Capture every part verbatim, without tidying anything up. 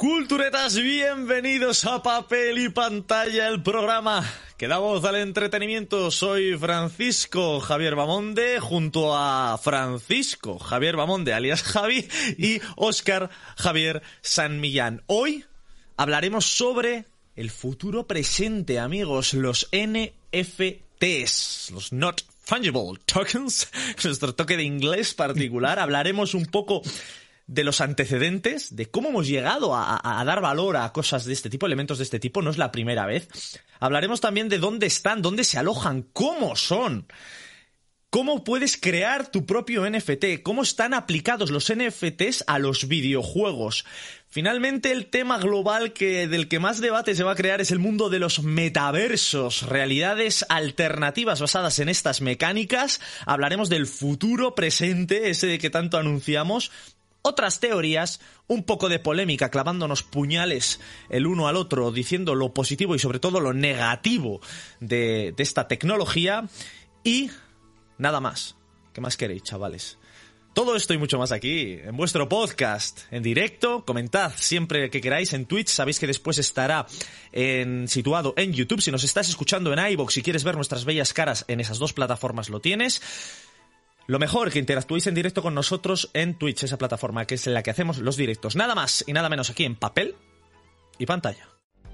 Culturetas, bienvenidos a Papel y Pantalla, el programa que da voz al entretenimiento. Soy Francisco Javier Bamonde, junto a Francisco Javier Bamonde, alias Javi, y Óscar Javier San Millán. Hoy hablaremos sobre el futuro presente, amigos, los N F Ts, los Not Fungible Tokens, nuestro toque de inglés particular. Hablaremos un poco de los antecedentes, de cómo hemos llegado a, a, a dar valor a cosas de este tipo, elementos de este tipo. No es la primera vez. Hablaremos también de dónde están, dónde se alojan, cómo son, cómo puedes crear tu propio N F T, cómo están aplicados los N F Ts a los videojuegos. Finalmente, el tema global que, del que más debate se va a crear es el mundo de los metaversos, realidades alternativas basadas en estas mecánicas. Hablaremos del futuro presente, ese de que tanto anunciamos. Otras teorías, un poco de polémica, clavándonos puñales el uno al otro, diciendo lo positivo y sobre todo lo negativo de, de esta tecnología. Y nada más. ¿Qué más queréis, chavales? Todo esto y mucho más aquí, en vuestro podcast, en directo. Comentad siempre que queráis en Twitch. Sabéis que después estará en, situado en YouTube. Si nos estás escuchando en iVoox, si quieres ver nuestras bellas caras en esas dos plataformas, lo tienes. Lo mejor, que interactuéis en directo con nosotros en Twitch, esa plataforma que es en la que hacemos los directos. Nada más y nada menos aquí en Papel y Pantalla.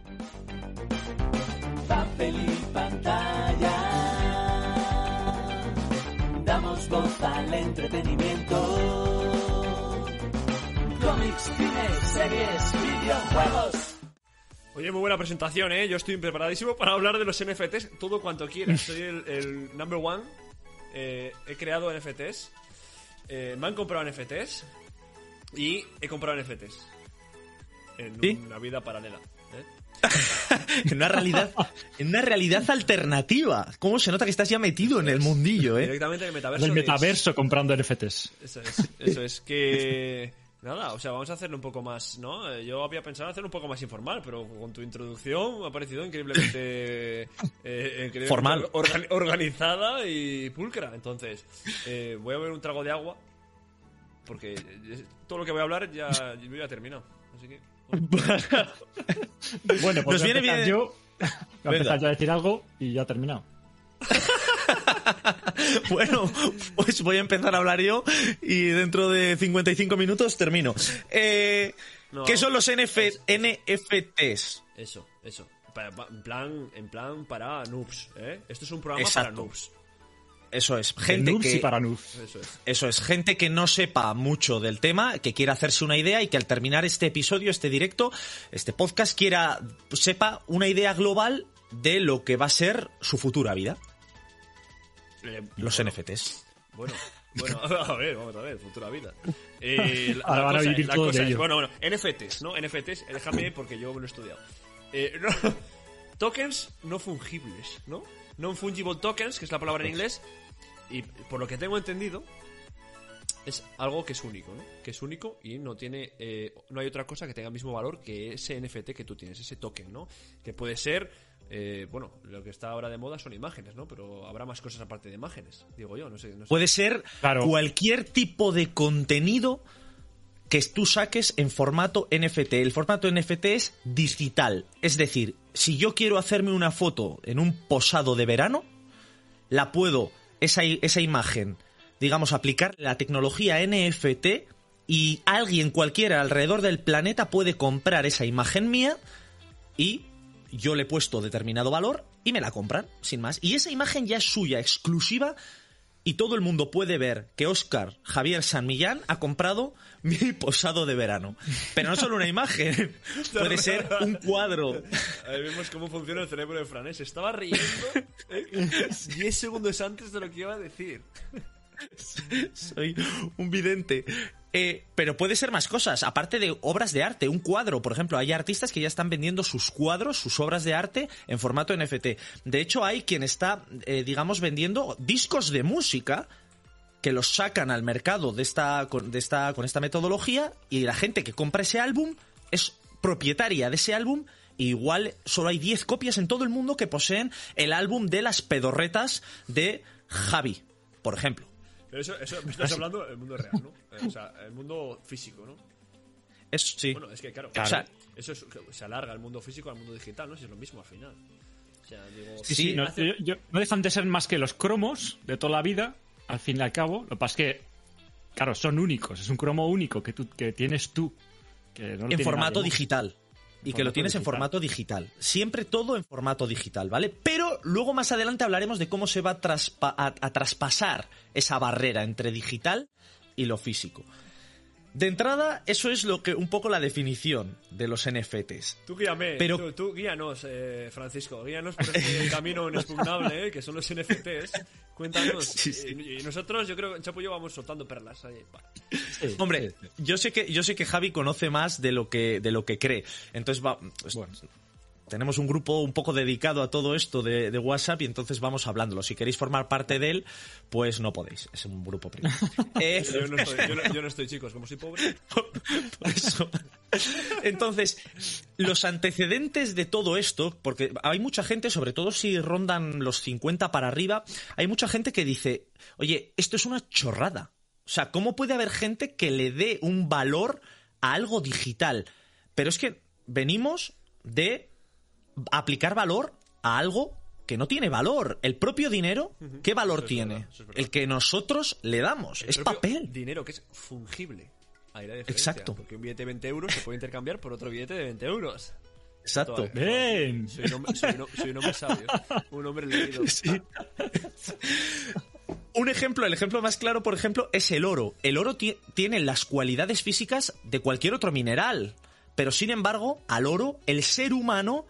Papel y Pantalla. Damos voz al entretenimiento. Cómics, cine, series, videojuegos. Oye, muy buena presentación, ¿eh? Yo estoy preparadísimo para hablar de los N F Ts todo cuanto quieras. Soy el, el number one. Eh, he creado N F Ts, eh, me han comprado N F Ts y he comprado N F Ts en ¿Sí? una vida paralela, ¿eh? en una realidad, en una realidad alternativa. ¿Cómo se nota que estás ya metido en el mundillo, eh? Directamente en el metaverso. El metaverso es... comprando N F Ts. Eso es, eso es que... Nada, o sea, vamos a hacerlo un poco más, ¿no? Yo había pensado hacerlo un poco más informal, pero con tu introducción me ha parecido increíblemente, eh, increíblemente formal, organ- organizada y pulcra. Entonces, eh, voy a beber un trago de agua, porque todo lo que voy a hablar ya, yo ya he terminado. Así que... Bueno, bueno pues nos viene bien. Yo voy a empezar yo a decir algo y ya he terminado. Bueno, pues voy a empezar a hablar yo y dentro de cincuenta y cinco minutos termino. Eh, no, ¿Qué son los N F- es, N F Ts? Eso, eso. Para, pa, en plan, en plan para noobs, ¿eh? Esto es un programa Exacto. para noobs. Eso es, gente noobs que y para noobs. Eso es. Eso es, gente que no sepa mucho del tema, que quiera hacerse una idea y que al terminar este episodio, este directo, este podcast, quiera sepa una idea global de lo que va a ser su futura vida. Eh, los bueno, N F Ts. Bueno, bueno, a ver, vamos a ver, futura vida. Eh, la, Ahora la van cosa, a vivir la todo cosa de es, ello. bueno, bueno, N F Ts, ¿no? N F Ts, déjame porque yo me lo he estudiado. Eh, no, tokens no fungibles, ¿no? Non-fungible tokens, que es la palabra en inglés, y por lo que tengo entendido, es algo que es único, ¿no? Que es único y no tiene, eh, no hay otra cosa que tenga el mismo valor que ese N F T que tú tienes, ese token, ¿no? Que puede ser... Eh, bueno, lo que está ahora de moda son imágenes, ¿no? Pero habrá más cosas aparte de imágenes, digo yo, no sé. No sé. Puede ser claro. cualquier tipo de contenido que tú saques en formato N F T. El formato N F T es digital. Es decir, si yo quiero hacerme una foto en un posado de verano, la puedo, esa, esa imagen, digamos, aplicar la tecnología N F T y alguien cualquiera alrededor del planeta puede comprar esa imagen mía y... yo le he puesto determinado valor y me la compran, sin más. Y esa imagen ya es suya, exclusiva, y todo el mundo puede ver que Óscar Javier San Millán ha comprado mi posado de verano. Pero no solo una imagen, puede ser un cuadro. Ahí vemos cómo funciona el cerebro de Fran, ¿eh? Se estaba riendo diez segundos antes de lo que iba a decir. Soy un vidente. Eh, pero puede ser más cosas, aparte de obras de arte, un cuadro, por ejemplo, hay artistas que ya están vendiendo sus cuadros, sus obras de arte en formato N F T. De hecho, hay quien está, eh, digamos, vendiendo discos de música que los sacan al mercado de esta, con, de esta, con esta metodología, y la gente que compra ese álbum es propietaria de ese álbum. Y igual solo hay diez copias en todo el mundo que poseen el álbum de las pedorretas de Javi, por ejemplo. Pero eso, eso me estás hablando del mundo real, ¿no? O sea, el mundo físico, ¿no? Es, sí. Bueno, es que claro, O sea, eso es- se alarga el mundo físico al mundo digital, ¿no? Si es lo mismo al final. O sea, digo... Sí, Sí, sí, no, hace- yo- yo- no dejan de ser más que los cromos de toda la vida, al fin y al cabo. Lo que pasa es que, claro, son únicos. Es un cromo único que, tú, que tienes tú. Que no lo en tiene formato nadie más. digital. Y que lo formato tienes en digital. formato digital. Siempre todo en formato digital, ¿vale? Pero luego más adelante hablaremos de cómo se va a, traspa- a- a traspasar esa barrera entre digital y lo físico. De entrada, eso es lo que un poco la definición de los N F Ts. Tú guíame, Pero- tú, tú guíanos, eh, Francisco, guíanos por este camino inexpugnable, eh, que son los N F Ts. Cuéntanos. Sí, sí. Y, y nosotros, yo creo que en Chapo y yo vamos soltando perlas ahí. Pa. Sí, Hombre, sí, sí. yo sé que yo sé que Javi conoce más de lo que de lo que cree. Entonces va, pues, Bueno. tenemos un grupo un poco dedicado a todo esto de, de WhatsApp y entonces vamos hablándolo. Si queréis formar parte de él, pues no podéis. Es un grupo privado. Eh, Yo no, estoy, yo, no, yo no estoy, chicos, como soy pobre. Por eso. Entonces, los antecedentes de todo esto, porque hay mucha gente, sobre todo si rondan los cincuenta para arriba, hay mucha gente que dice, oye, esto es una chorrada. O sea, ¿cómo puede haber gente que le dé un valor a algo digital? Pero es que venimos de aplicar valor a algo que no tiene valor. El propio dinero, ¿qué valor Eso es tiene? verdad, eso es verdad. El que nosotros le damos. El Es propio papel. Dinero que es fungible. Ahí la diferencia. Exacto. Porque un billete de veinte euros se puede intercambiar por otro billete de veinte euros. Exacto. Bien. Soy un hombre, soy un, soy un hombre sabio. Un hombre leído. Un ejemplo, el ejemplo más claro, por ejemplo, es el oro. El oro ti- tiene las cualidades físicas de cualquier otro mineral. Pero sin embargo, al oro, el ser humano,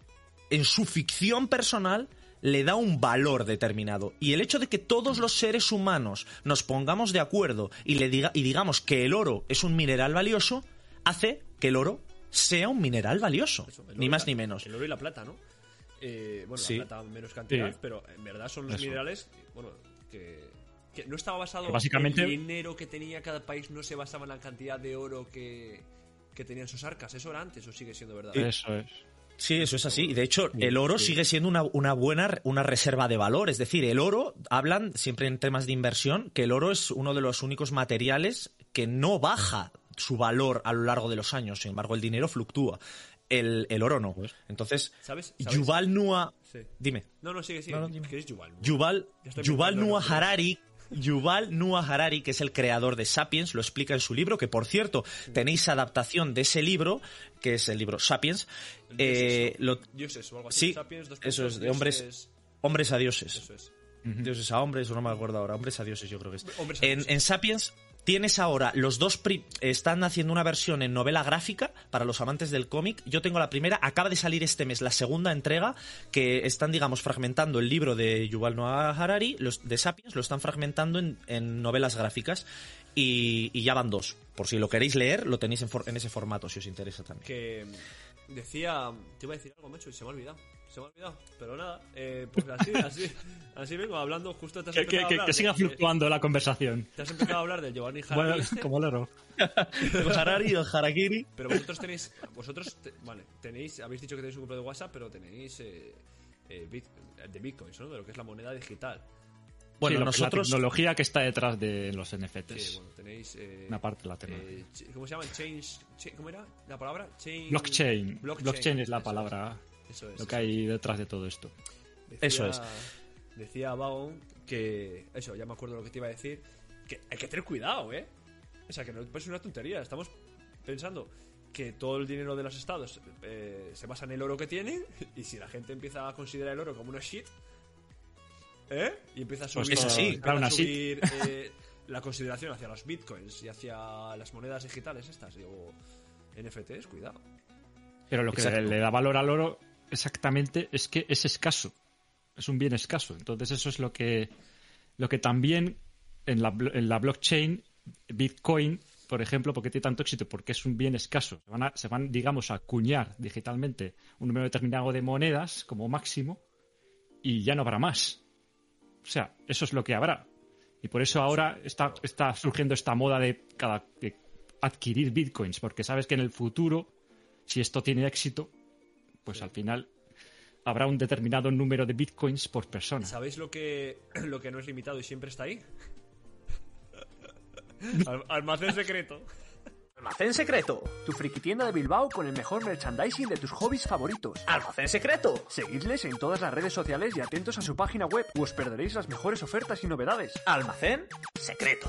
en su ficción personal, le da un valor determinado. Y el hecho de que todos los seres humanos nos pongamos de acuerdo y, le diga, y digamos que el oro es un mineral valioso, hace que el oro sea un mineral valioso. Eso, el oro Ni y más la- ni menos. El oro y la plata, ¿no? Eh, bueno, Sí. la plata en menos cantidad, Sí. pero en verdad son los Eso. minerales, bueno, que, que no estaba basado Que básicamente- el dinero que tenía cada país, no se basaba en la cantidad de oro que, que tenían sus arcas. ¿Eso era antes o sigue siendo verdad? Eso es. Sí, eso es así. Y de hecho, el oro sigue siendo una, una buena una reserva de valor. Es decir, el oro, hablan siempre en temas de inversión, que el oro es uno de los únicos materiales que no baja su valor a lo largo de los años. Sin embargo, el dinero fluctúa. El, el oro no. Entonces, ¿Sabes? ¿Sabes? Yuval Noah... Sí. Dime. No, no, sigue, sigue. No, no, dime. ¿Qué es Yuval? Yuval, Ya estoy Yuval pensando en Noah otros. Harari, Yuval Noah Harari, que es el creador de Sapiens, lo explica en su libro, que por cierto, tenéis adaptación de ese libro, que es el libro Sapiens. Eh, lo- Dioses o algo así. sí, Sapiens, dos eso puntos, es, de hombres, dioses, hombres a dioses. Eso es. Dioses a hombres, o no me acuerdo ahora, hombres a dioses yo creo que es. Hombres a En, dioses. en Sapiens tienes ahora los dos... pri- están haciendo una versión en novela gráfica para los amantes del cómic. Yo tengo la primera, acaba de salir este mes la segunda entrega, que están, digamos, fragmentando el libro de Yuval Noah Harari, los de Sapiens, lo están fragmentando en, en novelas gráficas. Y, y ya van dos. Por si lo queréis leer, lo tenéis en, for- en ese formato, si os interesa también. Que decía, te iba a decir algo, macho, y se me ha olvidado. Se me ha olvidado, pero nada, eh, pues así, así, así vengo hablando, justo te has Que, que, empezado a que, hablar que siga de- fluctuando la conversación. Te has empezado a hablar del Giovanni Harari Bueno, este, como el oro. El Harari, el Harakiri. pero vosotros tenéis, vosotros, te- vale, tenéis, habéis dicho que tenéis un grupo de WhatsApp, pero tenéis eh, eh, bit- de Bitcoins, ¿no? De lo que es la moneda digital. Bueno, Sí, lo- nosotros... La tecnología que está detrás de los N F Ts. Sí, bueno, tenéis... eh, Una parte la tenemos. eh, ch- ¿Cómo se llaman? Change, cha- ¿Cómo era la palabra? Chain, Blockchain. Blockchain. es la eso palabra, Eso es. lo que hay detrás de todo esto. Decía- Eso es. Decía Vagon que. Eso, ya me acuerdo lo que te iba a decir. Que hay que tener cuidado, ¿eh? O sea, que no es una tontería. Estamos pensando que todo el dinero de los estados eh, se basa en el oro que tienen. Y si la gente empieza a considerar el oro como una shit. ¿Eh? Y empieza a Pues subir, es así, empieza claro, a una shit. subir eh, la consideración hacia los bitcoins y hacia las monedas digitales estas. Digo, N F Ts, cuidado. Pero lo que Exacto. le da valor al oro exactamente es que es escaso. Es un bien escaso. Entonces eso es lo que, lo que también en la, blo- en la blockchain, Bitcoin, por ejemplo, ¿por qué tiene tanto éxito? Porque es un bien escaso. Se van, a- se van, digamos, a acuñar digitalmente un número determinado de monedas como máximo y ya no habrá más. O sea, eso es lo que habrá. Y por eso ahora está, está surgiendo esta moda de, cada, de adquirir bitcoins, porque sabes que en el futuro, si esto tiene éxito, pues al final habrá un determinado número de bitcoins por persona. ¿Sabéis lo que, lo que no es limitado y siempre está ahí? Al- almacén secreto. Almacén Secreto. Tu frikitienda de Bilbao con el mejor merchandising de tus hobbies favoritos. Almacén Secreto. Seguidles en todas las redes sociales y atentos a su página web, o os perderéis las mejores ofertas y novedades. Almacén Secreto.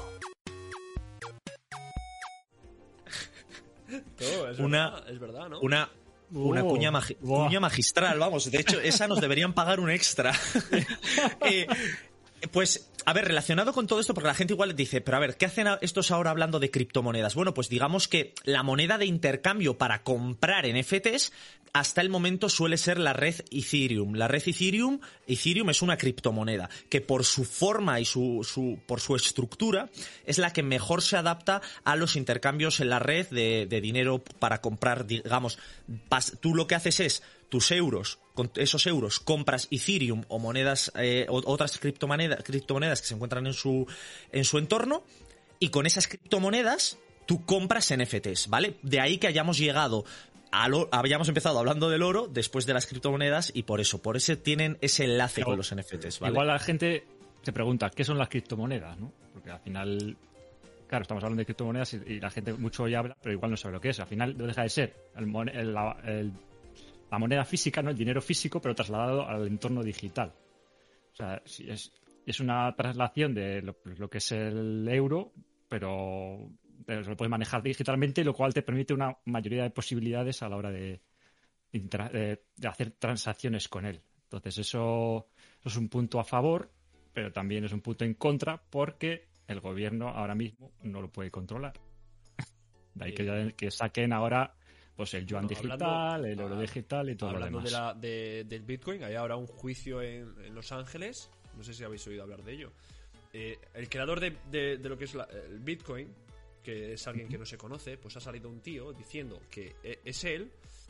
Todo, es Una- verdad, es verdad, ¿no? Una, una Oh, cuña, magi- buah. cuña magistral, vamos. De hecho, esa nos deberían pagar un extra. Eh, pues, a ver, relacionado con todo esto, porque la gente igual dice, pero a ver, ¿qué hacen a- estos ahora hablando de criptomonedas? Bueno, pues digamos que la moneda de intercambio para comprar N F Ts hasta el momento suele ser la red Ethereum. La red Ethereum, Ethereum es una criptomoneda que por su forma y su, su, por su estructura es la que mejor se adapta a los intercambios en la red de, de dinero para comprar, digamos, pas- tú lo que haces es tus euros, con esos euros compras Ethereum o monedas, eh, o otras criptomonedas, criptomonedas que se encuentran en su, en su entorno, y con esas criptomonedas tú compras N F Ts, ¿vale? De ahí que hayamos llegado al oro, habíamos empezado hablando del oro después de las criptomonedas, y por eso, por eso tienen ese enlace Pero con los N F Ts, ¿vale? Igual la gente se pregunta, ¿qué son las criptomonedas? ¿No? Porque al final, claro, estamos hablando de criptomonedas y, y la gente mucho hoy habla, pero igual no sabe lo que es. Al final no deja de ser el mon- el- la, el- la moneda física, ¿no? El dinero físico, pero trasladado al entorno digital. O sea, sí, es, es una traslación de lo, lo que es el euro, pero, pero se lo puedes manejar digitalmente, lo cual te permite una mayoría de posibilidades a la hora de, intera- de, de hacer transacciones con él. Entonces eso, eso es un punto a favor, pero también es un punto en contra porque el gobierno ahora mismo no lo puede controlar. De ahí que, ya- que saquen ahora pues el yuan Bueno, digital, hablando- el oro digital y todo lo Hablando demás. de la, de- del Bitcoin, hay ahora un juicio en, en Los Ángeles. No sé si habéis oído hablar de ello. Eh, el creador de, de- de lo que es la- el Bitcoin, que es alguien que no se conoce, pues ha salido un tío diciendo que e- es él,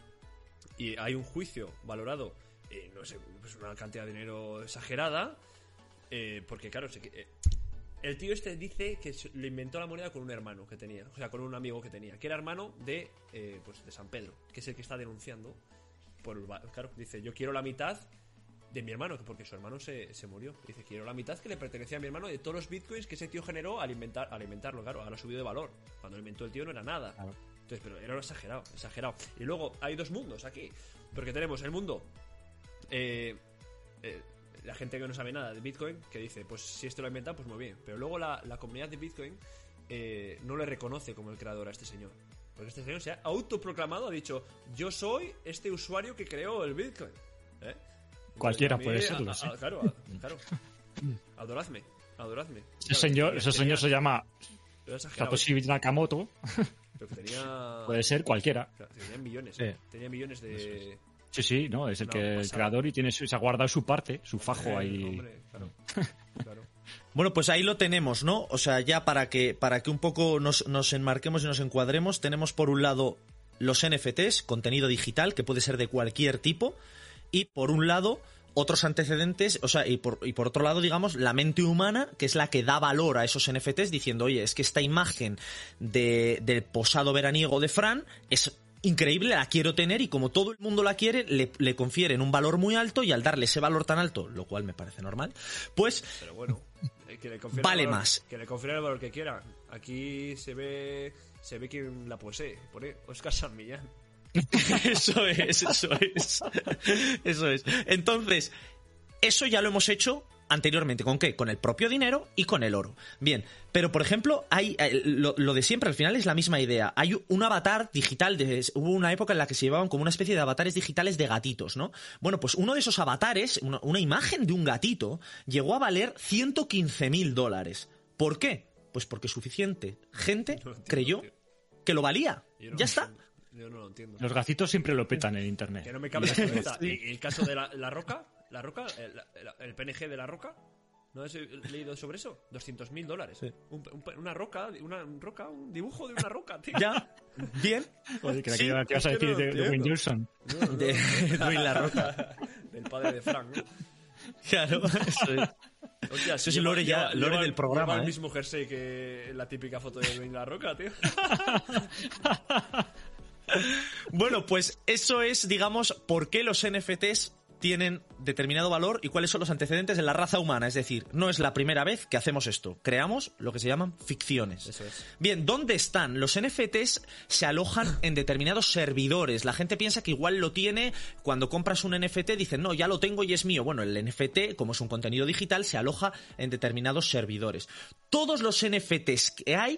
y hay un juicio valorado, eh, no sé, pues una cantidad de dinero exagerada, eh, porque claro, se que- eh, el tío este dice que se- le inventó la moneda con un hermano que tenía, o sea, con un amigo que tenía, que era hermano de, eh, pues de San Pedro, que es el que está denunciando por el va- claro, dice, yo quiero la mitad de mi hermano, porque su hermano se, se murió. Dice, quiero la mitad que le pertenecía a mi hermano de todos los bitcoins que ese tío generó al inventar, al inventarlo, claro, ahora ha subido de valor. Cuando lo inventó el tío no era nada. Claro. Entonces, pero era exagerado, exagerado. Y luego hay dos mundos aquí, porque tenemos el mundo, eh, eh, la gente que no sabe nada de Bitcoin, que dice, pues si esto lo ha inventado, pues muy bien. Pero luego la, la comunidad de Bitcoin eh, no le reconoce como el creador a este señor. Porque este señor se ha autoproclamado, ha dicho, yo soy este usuario que creó el Bitcoin. ¿Eh? Entonces, Cualquiera a mí, puede a- serlo, a- sí. a- Claro, a- claro. Adoradme, adoradme. Ese Claro, señor, tenía- ese tenía- señor se llama era exagerado, Satoshi Nakamoto, pero que tenía, puede ser cualquiera. claro, tenía millones, Sí. tenía millones de... Sí, sí, no, es el No, que el pasada. creador y tiene su- se ha guardado su parte, su fajo Eh, ahí. hombre, claro, claro. Bueno, pues ahí lo tenemos, ¿no? O sea, ya para que, para que un poco nos, nos enmarquemos y nos encuadremos, tenemos por un lado los N F Ts, contenido digital, que puede ser de cualquier tipo, y por un lado otros antecedentes, o sea, y por, y por otro lado, digamos, la mente humana, que es la que da valor a esos N F Ts, diciendo, oye, es que esta imagen de, del posado veraniego de Fran es increíble, la quiero tener, y como todo el mundo la quiere, le, le confieren un valor muy alto, y al darle ese valor tan alto, lo cual me parece normal, pues Pero bueno, eh, que le confiere Vale el valor- más. Que le confiere el valor que quiera. Aquí se ve se ve quién la posee. Pone Óscar San Millán. Eso es, eso es. Eso es. Entonces, eso ya lo hemos hecho anteriormente. ¿Con qué? Con el propio dinero y con el oro. Bien, pero por ejemplo, hay eh, lo, lo de siempre al final es la misma idea. Hay un avatar digital. De, hubo una época en la que se llevaban como una especie de avatares digitales de gatitos, ¿no? Bueno, pues uno de esos avatares, una, una imagen de un gatito, llegó a valer ciento quince mil dólares. ¿Por qué? Pues porque suficiente gente No lo entiendo, creyó tío. que lo valía. Yo no Ya lo está. entiendo. Yo no lo entiendo. Los gatitos siempre lo petan en internet. Que no me cabe en la cabeza. Y y el caso de la, la roca, la roca, el, el- el P N G de la roca, ¿no has leído sobre eso? doscientos mil dólares. Sí. Un- un- una roca, una roca, un dibujo de una roca, tío. Ya, bien. Joder, que, Sí, que vas a es que decir no lo de, de Wayne entiendo. Johnson. No, no, De no. Dwayne La Roca. Del padre de Frank, ¿no? Claro, eso es. Hostia, Eso es lore ya- lore del programa, Lleva el ¿eh? mismo jersey que la típica foto de Dwayne La Roca, tío. Bueno, pues eso es, digamos, por qué los N F Ts tienen determinado valor y cuáles son los antecedentes de la raza humana. Es decir, no es la primera vez que hacemos esto. Creamos lo que se llaman ficciones. Eso es. Bien, ¿dónde están? Los N F Ts se alojan en determinados servidores. La gente piensa que igual lo tiene cuando compras un N F T, dicen, no, ya lo tengo y es mío. Bueno, el N F T, como es un contenido digital, se aloja en determinados servidores. Todos los N F Ts que hay,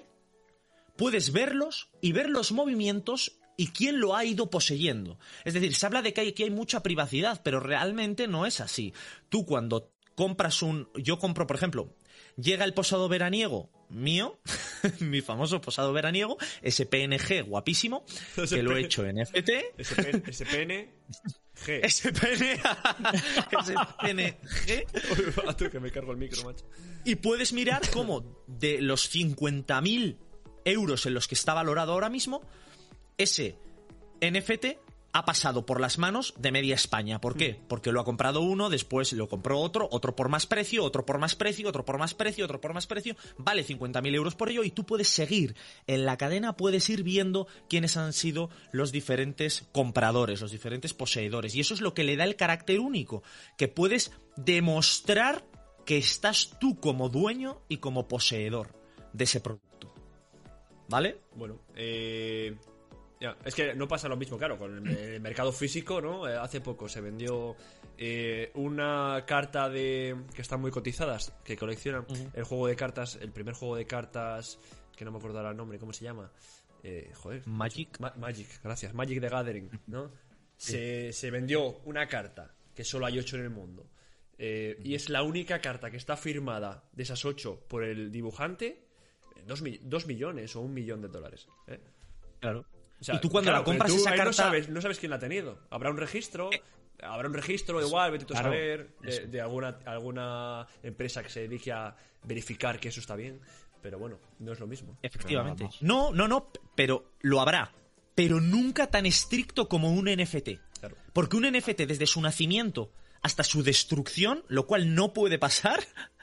puedes verlos y ver los movimientos y quién lo ha ido poseyendo. Es decir, se habla de que aquí hay mucha privacidad, pero realmente no es así. Tú cuando compras un... Yo compro, por ejemplo, llega el posado veraniego mío, mi famoso posado veraniego, ese P N G guapísimo, que lo he hecho en N F T. Ese P N G. Ese P N Ese P N G. A tú que me cargo el micro, macho. Y puedes mirar cómo de los cincuenta mil euros en los que está valorado ahora mismo, ese N F T ha pasado por las manos de media España. ¿Por qué? Porque lo ha comprado uno, después lo compró otro, otro por más precio, otro por más precio, otro por más precio, otro por más precio. Vale cincuenta mil euros por ello y tú puedes seguir en la cadena, puedes ir viendo quiénes han sido los diferentes compradores, los diferentes poseedores. Y eso es lo que le da el carácter único, que puedes demostrar que estás tú como dueño y como poseedor de ese producto. ¿Vale? Bueno, eh... Ya, es que no pasa lo mismo, claro, con el, el mercado físico, ¿no? Eh, hace poco se vendió eh, una carta de que están muy cotizadas, que coleccionan uh-huh. el juego de cartas, el primer juego de cartas, que no me acuerdo ahora el nombre, ¿cómo se llama? Eh, joder. Magic. Ma- Magic, gracias. Magic the Gathering, ¿no? Sí. Se, se vendió una carta, que solo hay ocho en el mundo, eh, y es la única carta que está firmada de esas ocho por el dibujante, dos, mi- dos millones o un millón de dólares, ¿eh? Claro. O sea, y tú cuando claro, la compras tú esa carta... No sabes, no sabes quién la ha tenido. Habrá un registro, eh, habrá un registro igual, vete tú a claro, saber, de, de alguna, alguna empresa que se dedique a verificar que eso está bien. Pero bueno, no es lo mismo. Efectivamente. No, no, no, pero lo habrá. Pero nunca tan estricto como un N F T. Claro. Porque un N F T desde su nacimiento hasta su destrucción, lo cual no puede pasar,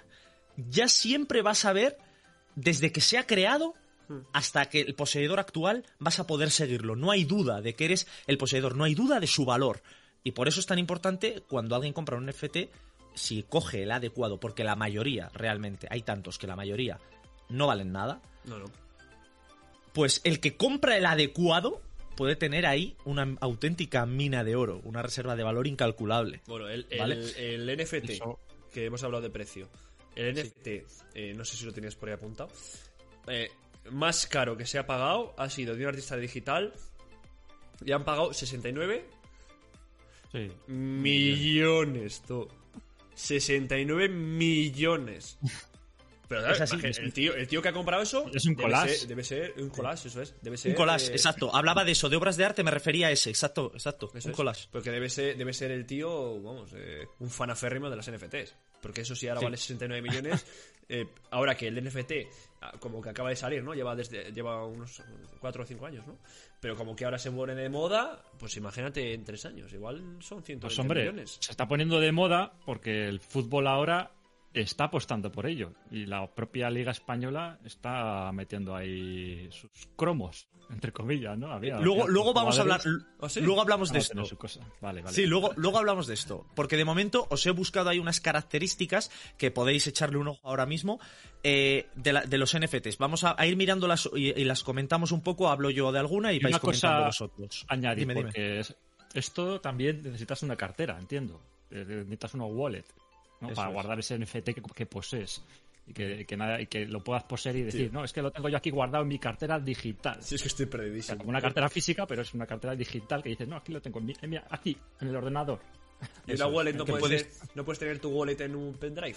ya siempre vas a ver, desde que se ha creado hasta que el poseedor actual, vas a poder seguirlo. No hay duda de que eres el poseedor, no hay duda de su valor. Y por eso es tan importante cuando alguien compra un N F T, si coge el adecuado, porque la mayoría, realmente, hay tantos que la mayoría no valen nada. No, no. Pues el que compra el adecuado puede tener ahí una auténtica mina de oro, una reserva de valor incalculable. Bueno, el, ¿vale? el, el N F T, Eso... que hemos hablado de precio. El N F T, sí. eh, no sé si lo tenías por ahí apuntado. Eh... más caro que se ha pagado ha sido de un artista digital. Y han pagado sesenta y nueve sí. millones, tú. sesenta y nueve millones. Pero ¿sabes? Es así, el, es el, tío, el tío que ha comprado eso es un collage. Debe ser, debe ser un collage, eso es. Debe ser, un collage, eh, exacto. Hablaba de eso, de obras de arte, me refería a ese, exacto, exacto. Eso un es, collage. porque debe ser, debe ser el tío, vamos, eh, un fanaférrimo de las N F Ts. Porque eso sí ahora sí. vale sesenta y nueve millones. eh, ahora que el N F T, como que acaba de salir, ¿no? Lleva desde lleva unos cuatro o cinco años, ¿no? Pero como que ahora se pone de moda, pues imagínate en tres años. Igual son ciento veinte pues hombre, millones. Se está poniendo de moda porque el fútbol ahora está apostando por ello. Y la propia Liga Española está metiendo ahí sus cromos, entre comillas, ¿no? Había, luego había luego vamos a hablar. ¿Ah, sí? Luego hablamos de Vamos a tener esto. su cosa. Vale, vale. Sí, luego, luego hablamos de esto. Porque de momento os he buscado ahí unas características que podéis echarle un ojo ahora mismo eh, de, la, de los N F Ts. Vamos a, a ir mirándolas y, y las comentamos un poco. Hablo yo de alguna y, y vais una comentando cosa vosotros. Añadir, dime, dime. porque es, esto también necesitas una cartera, entiendo. Necesitas una wallet, ¿no? Para es. guardar ese N F T que, que posees. Y que, que, nada, y que lo puedas poseer y decir, sí. no, es que lo tengo yo aquí guardado en mi cartera digital. Sí, es que estoy perdidísimo. O sea, como una cartera física, pero es una cartera digital que dices, no, aquí lo tengo, en mi, en mi, aquí, en el ordenador. Y una wallet, no puedes, puedes... Tener, no puedes tener tu wallet en un pendrive.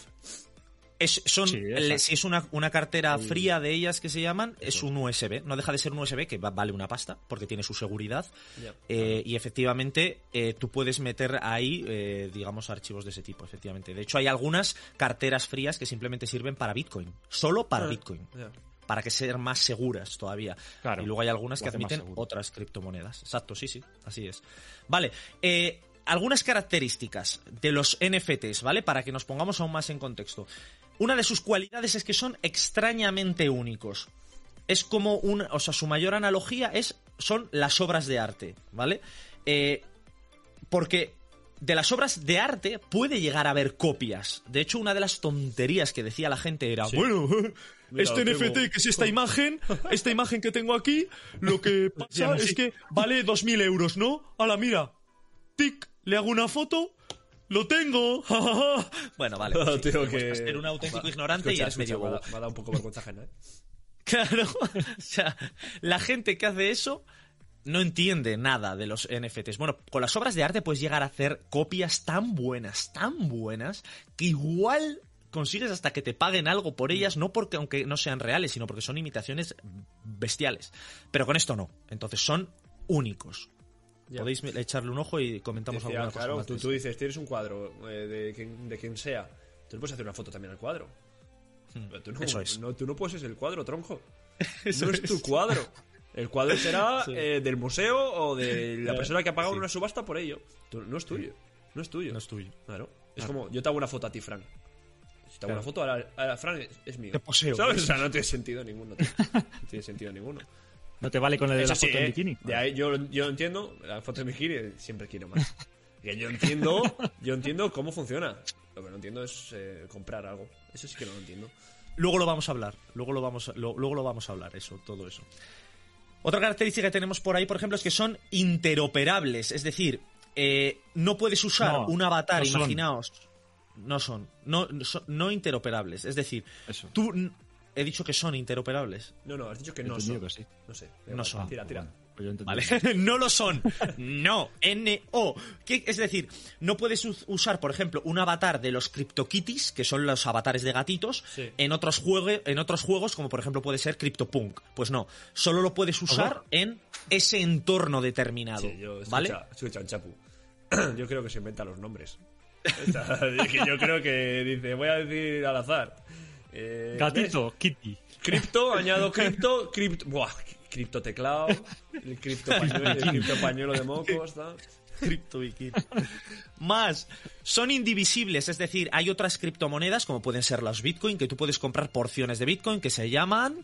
Es, son, sí, le, si es una, una cartera sí. fría de ellas que se llaman, es un U S B. No deja de ser un U S B que va, vale una pasta porque tiene su seguridad. Yeah. Eh, y efectivamente eh, tú puedes meter ahí, eh, digamos, archivos de ese tipo, efectivamente. De hecho, hay algunas carteras frías que simplemente sirven para Bitcoin. Solo para ah, Bitcoin. Yeah. Para que sean más seguras todavía. Claro, y luego hay algunas que admiten otras criptomonedas. Exacto, sí, sí, así es. Vale, eh, algunas características de los N F Ts, ¿vale? Para que nos pongamos aún más en contexto. Una de sus cualidades es que son extrañamente únicos. Es como un... O sea, su mayor analogía es son las obras de arte, ¿vale? Eh, porque de las obras de arte puede llegar a haber copias. De hecho, una de las tonterías que decía la gente era, Sí. bueno, Mira, este lo N F T, tengo. que es esta imagen, esta imagen que tengo aquí, lo que pasa llama es así. que vale dos mil euros, ¿no? Ala, mira, tic, le hago una foto, lo tengo. Bueno, vale. Ah, sí, tío, te que- muestras ser un auténtico Va, ignorante y escucha, eres medio escucha, me bobo. ha- Me ha dado un poco vergüenza ajena, ¿eh? Claro, o sea, la gente que hace eso no entiende nada de los N F Ts. Bueno, con las obras de arte puedes llegar a hacer copias tan buenas, tan buenas, que igual consigues hasta que te paguen algo por ellas, no porque aunque no sean reales, sino porque son imitaciones bestiales. Pero con esto no. Entonces son únicos. Ya. Podéis echarle un ojo y comentamos Decía, alguna cosa claro, más. tú, de tú eso. dices, tienes un cuadro eh, de, quien, de quien sea. Tú le puedes hacer una foto también al cuadro. Pero tú no, Eso es. no, tú no puedes ser el cuadro, tronco. Eso no es, tu cuadro. El cuadro será Sí. eh, del museo o de la Ya. persona que ha pagado Sí. una subasta por ello. Tú- no es tuyo. No es tuyo. No es tuyo. Claro. Es Claro. como, yo te hago una foto a ti, Frank. Si te hago Claro. una foto a, la, a la Frank, es, es mío. Te poseo. ¿Sabes? O sea, no tiene sentido ninguno. Tío. No tiene sentido ninguno. No te vale con el de Eso la sí, foto ¿eh? en bikini. De ahí yo, yo entiendo, la foto de bikini siempre quiero más. Que yo entiendo, yo entiendo cómo funciona. Lo que no entiendo es eh, comprar algo. Eso sí que no lo entiendo. Luego lo vamos a hablar. Luego lo vamos a, lo- luego lo vamos a hablar, eso, todo eso. Otra característica que tenemos por ahí, por ejemplo, es que son interoperables. Es decir, eh, no puedes usar No, un avatar, no son. imaginaos. No son. No, no son- no interoperables. Es decir, Eso. tú. n- He dicho que son interoperables. No, no, has dicho que He no entendido son. que sí. No sé. da No igual, son. Tira, tira. Bueno, pues yo entendí. ¿Vale? no lo son. No. N O. ¿Qué? Es decir, no puedes u- usar, por ejemplo, un avatar de los CryptoKitties, que son los avatares de gatitos, Sí. en, otros juegue- en otros juegos, como por ejemplo puede ser CryptoPunk. Pues no. Solo lo puedes usar en ese entorno determinado. Sí, yo, escucha, ¿Vale? escucha, un chapu. Yo creo que se inventa los nombres. O sea, que yo creo que dice, voy a decir al azar. Eh, Gatito, Kitty. Cripto, añado cripto, cripto, buah, cripto teclado, el cripto pañuelo, el cripto pañuelo de mocos, tal. CryptoBikini. Más, son indivisibles, es decir, hay otras criptomonedas, como pueden ser los Bitcoin, que tú puedes comprar porciones de Bitcoin que se llaman...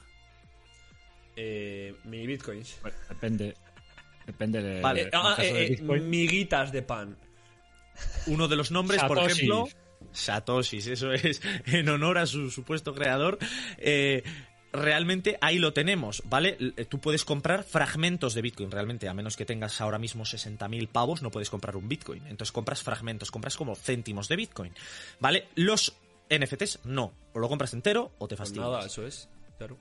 Eh, mini bitcoins. Bueno, depende. Depende de. Vale. Eh, en ah, caso de eh, eh, Bitcoin. miguitas de pan. Uno de los nombres, por Satoshis. ejemplo... Satoshis, eso es en honor a su supuesto creador. Eh, realmente ahí lo tenemos, ¿vale? L- Tú puedes comprar fragmentos de Bitcoin, realmente, a menos que tengas ahora mismo sesenta mil pavos, no puedes comprar un Bitcoin. Entonces compras fragmentos, compras como céntimos de Bitcoin, ¿vale? Los N F Ts no, o lo compras entero o te Pues fastidias. nada, eso es. Claro.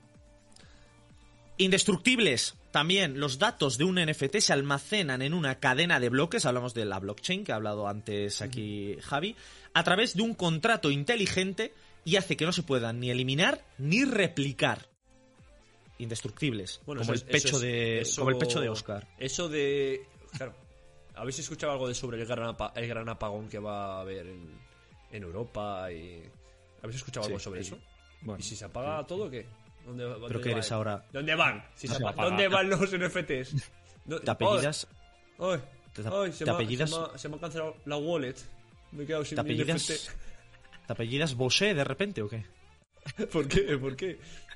Indestructibles. También los datos de un N F T se almacenan en una cadena de bloques, hablamos de la blockchain que ha hablado antes aquí Javi, a través de un contrato inteligente y hace que no se puedan ni eliminar ni replicar. Indestructibles, Bueno, como, eso el es- pecho eso es- de, eso- como el pecho de Oscar. Eso de. Claro. ¿Habéis escuchado algo de sobre el gran, apa- el gran apagón que va a haber en, en Europa? Y... ¿Habéis escuchado algo Sí, sobre sí. eso? Bueno, ¿Y si se apaga todo o qué? ¿Dónde, dónde Creo que va? eres ahora- ¿Dónde van? Si se Se apaga- apaga. ¿Dónde van los N F Ts? ¿Dó- ¿Te apellidas? ¡Ay! ¡Ay! ¿Te, ¡Ay! Se, te me ha- apellidas, se me ha- se me ha cancelado la wallet. Me he quedado sin te mi N F apellidas, ¿te apellidas Bosé de repente o qué? T. ¿Por qué? ¿Por qué?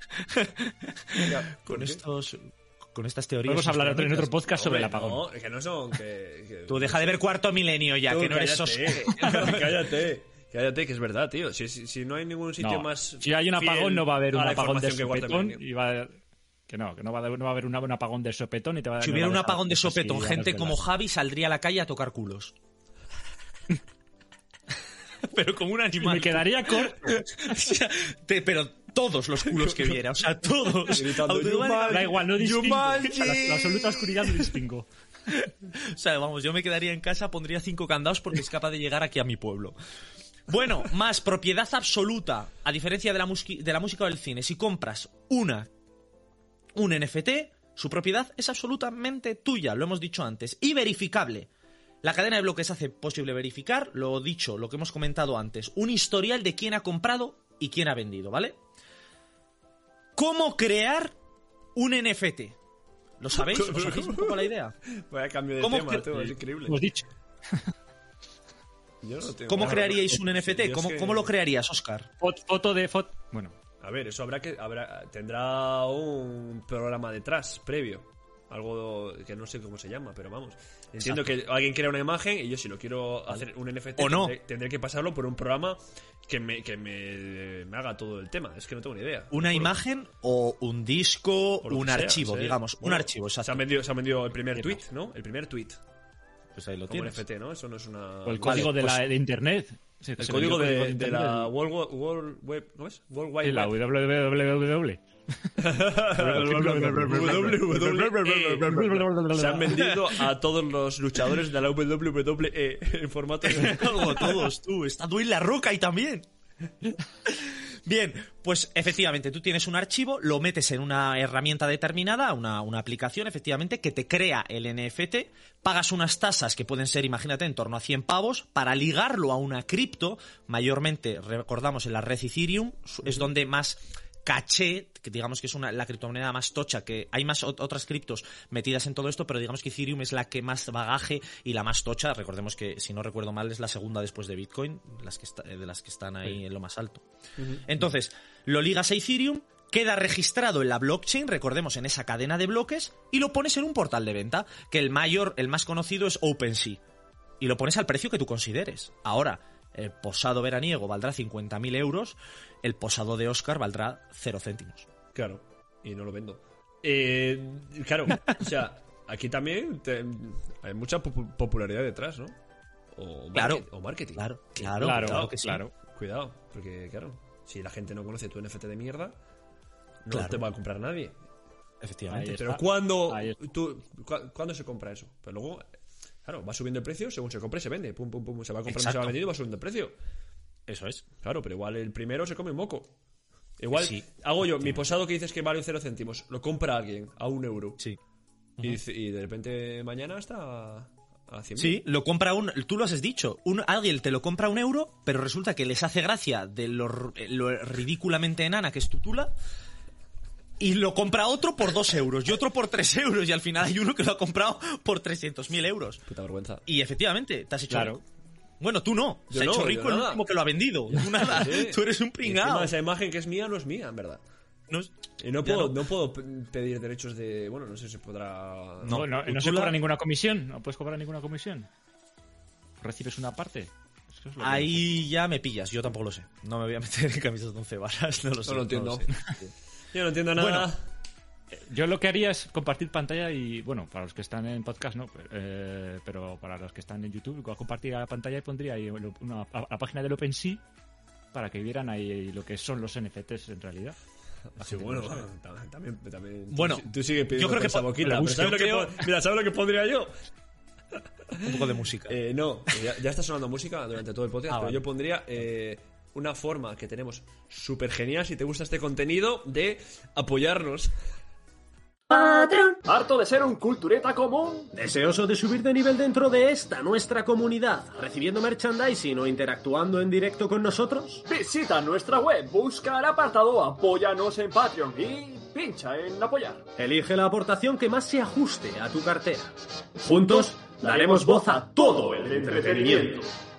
Ya, ¿por Con qué? estos, con estas teorías. Podemos hablar otro- en otro conspiranoicas. podcast sobre el Hombre, apagón. No, es que no son. Que, que- Tú deja de ver Cuarto Milenio ya, Tú, que no eres cállate, Oscar. cállate, cállate, que es verdad, tío. Si, si, si no hay ningún sitio No, más. si hay un fiel apagón, no va a haber un la apagón de información que Cuarto sopetón. Milenio. Y va a- que no, que no va a haber, no va a haber una- un apagón de sopetón y te va a Si no hubiera va un a dejar apagón de cosas sopetón, así, gente a como desvelar. Javi saldría a la calle a tocar culos. Pero como un Y animal. me quedaría corto. O sea, te- pero todos los culos que viera, o sea, todos. Gritando, Automáticamente- Da igual, no distingo. Yumanji. La, la absoluta oscuridad no distingo. O sea, vamos, yo me quedaría en casa, pondría cinco candados porque es capaz de llegar aquí a mi pueblo. Bueno, más propiedad absoluta, a diferencia de la, musqui- de la música o del cine. Si compras una, un N F T, su propiedad es absolutamente tuya, lo hemos dicho antes, y verificable. La cadena de bloques hace posible verificar, lo dicho, lo que hemos comentado antes, un historial de quién ha comprado y quién ha vendido, ¿vale? ¿Cómo crear un N F T? ¿Lo sabéis? ¿Os hacéis un poco la idea? Vaya cambio de ¿Cómo tema, que- tío, es increíble. Hemos dicho. Yo no tengo- ¿Cómo Bueno, crearíais un yo N F T? es ¿Cómo, que- cómo lo crearías, Oscar? Fot- Foto de foto. Bueno, A ver, eso habrá que. Habrá, tendrá un programa detrás, previo. algo que no sé cómo se llama, pero vamos. Entiendo Exacto. que alguien crea una imagen y yo si lo quiero vale. hacer un N F T o no. tendré, tendré que pasarlo por un programa que me, que me, me haga todo el tema. Es que no tengo ni idea. Una por, imagen o un disco, un sea, archivo, sea. digamos. Bueno, un archivo, exacto. Se han vendido, se han vendido el primer tweet, ¿no? El primer tweet. Pues ahí lo como tienes. N F T, ¿no? Eso no es una... O el código vale, de, pues, la, de internet. Sí, el código de, de, de la World, World Web... ¿Cómo es? World Wide Web. La W W W. Se han vendido a todos los luchadores de la W W E en formato de... todos, tú. Está Dwayne La Roca ahí también. Bien, pues efectivamente tú tienes un archivo, lo metes en una herramienta determinada, una, una aplicación efectivamente que te crea el N F T, pagas unas tasas que pueden ser, imagínate, en torno a cien pavos, para ligarlo a una cripto, mayormente, recordamos, en la red Ethereum, es donde más caché, que digamos que es una, la criptomoneda más tocha, que hay más otras criptos metidas en todo esto, pero digamos que Ethereum es la que más bagaje y la más tocha. Recordemos que, si no recuerdo mal, es la segunda después de Bitcoin, las que está, de las que están ahí sí. en lo más alto. Uh-huh. Entonces, lo ligas a Ethereum, queda registrado en la blockchain, recordemos, en esa cadena de bloques, y lo pones en un portal de venta, que el mayor, el más conocido es OpenSea, y lo pones al precio que tú consideres. Ahora, el posado veraniego valdrá cincuenta mil euros, el posado de Oscar valdrá cero céntimos. Claro, y no lo vendo. Eh, claro, o sea, aquí también te, hay mucha pop- popularidad detrás, ¿no? O, claro, market, o marketing. Claro, claro, claro, claro, que sí. claro. Cuidado, porque claro, si la gente no conoce tu N F T de mierda, no claro. te va a comprar nadie. Efectivamente. Ahí Pero ¿cuándo, tú, cu- ¿cuándo se compra eso? Pero luego... Claro, va subiendo el precio, según se compre se vende, pum, pum, pum, se va comprando, se va vendiendo y va subiendo el precio. Eso es. Claro, pero igual el primero se come un moco. Igual sí. hago yo, mi posado que dices que vale cero céntimos, lo compra alguien a un euro. Sí. Y, uh-huh. y de repente mañana está a cien mil. Sí, lo compra un... Tú lo has dicho. Un, alguien te lo compra a un euro, pero resulta que les hace gracia de lo, lo ridículamente enana que es tu tula... Y lo compra otro por dos euros y otro por tres euros y al final hay uno que lo ha comprado por trescientos mil euros. Puta vergüenza. Y efectivamente, te has hecho claro. rico. Bueno, tú no. Yo Se ha no, hecho rico el nada. último que lo ha vendido. Tú nada. Sí. Tú eres un pringao. Esa imagen que es mía no es mía, en verdad. No es... Y no puedo, no. no puedo pedir derechos de... Bueno, no sé si se podrá... No, no, no se cobra ninguna comisión. No puedes cobrar ninguna comisión. Recibes una parte. Es Ahí ya me pillas. Yo tampoco lo sé. No me voy a meter en camisas de once varas. No lo sé. No lo entiendo. No lo sé. Yo no entiendo nada. Bueno, yo lo que haría es compartir pantalla y, bueno, para los que están en podcast no, eh, pero para los que están en YouTube, voy a compartir la pantalla y pondría ahí una, la página del OpenSea para que vieran ahí lo que son los N F Ts en realidad. Así bueno, también, también. Bueno, tú, tú sigues pidiendo yo creo que esa po- boquita. Pero ¿sabes lo que yo, mira, ¿sabes lo que pondría yo? Un poco de música. Eh, no, ya, ya está sonando música durante todo el podcast, Ah, pero vale. yo pondría eh, una forma que tenemos súper genial, si te gusta este contenido, de apoyarnos. Patrón. ¿Harto de ser un cultureta común? ¿Deseoso de subir de nivel dentro de esta nuestra comunidad, recibiendo merchandising o interactuando en directo con nosotros? Visita nuestra web, busca el apartado Apóyanos en Patreon y pincha en apoyar. Elige la aportación que más se ajuste a tu cartera. Juntos daremos voz a todo el entretenimiento.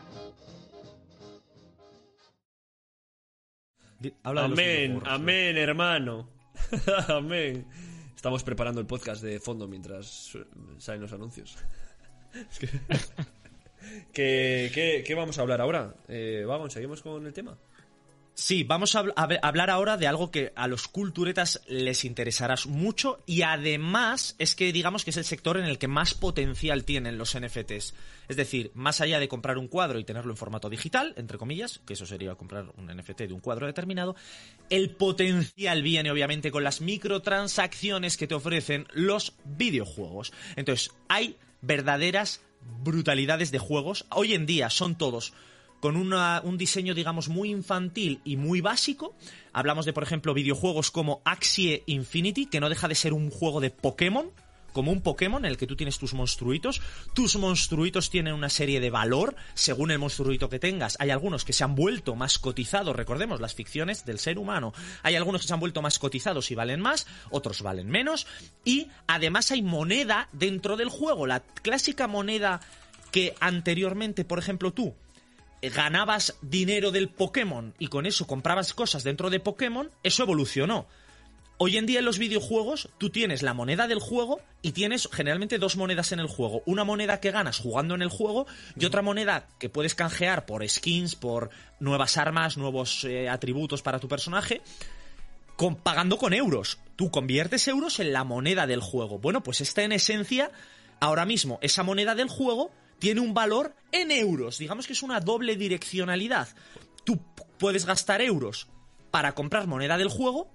Habla de los Amén, videojuegos, amén, hermano. Amén. Estamos preparando el podcast de fondo mientras salen los anuncios. Es que... ¿Qué, qué, ¿Qué vamos a hablar ahora? Eh, Vagon, ¿seguimos con el tema? Sí, vamos a, habl- a ver- hablar ahora de algo que a los culturetas les interesará mucho y además es que digamos que es el sector en el que más potencial tienen los N F Ts. Es decir, más allá de comprar un cuadro y tenerlo en formato digital, entre comillas, que eso sería comprar un N F T de un cuadro determinado, el potencial viene obviamente con las microtransacciones que te ofrecen los videojuegos. Entonces, hay verdaderas brutalidades de juegos. Hoy en día son todos con una, un diseño, digamos, muy infantil y muy básico. Hablamos de, por ejemplo, videojuegos como Axie Infinity, que no deja de ser un juego de Pokémon, como un Pokémon en el que tú tienes tus monstruitos. Tus monstruitos tienen una serie de valor según el monstruito que tengas. Hay algunos que se han vuelto más cotizados, recordemos, las ficciones del ser humano. Hay algunos que se han vuelto más cotizados y valen más, otros valen menos. Y además hay moneda dentro del juego, la clásica moneda que anteriormente, por ejemplo, tú ganabas dinero del Pokémon y con eso comprabas cosas dentro de Pokémon, eso evolucionó. Hoy en día en los videojuegos tú tienes la moneda del juego y tienes generalmente dos monedas en el juego. Una moneda que ganas jugando en el juego y otra moneda que puedes canjear por skins, por nuevas armas, nuevos eh, atributos para tu personaje, con, pagando con euros. Tú conviertes euros en la moneda del juego. Bueno, pues esta en esencia, ahora mismo, esa moneda del juego tiene un valor en euros. Digamos que es una doble direccionalidad. Tú puedes gastar euros para comprar moneda del juego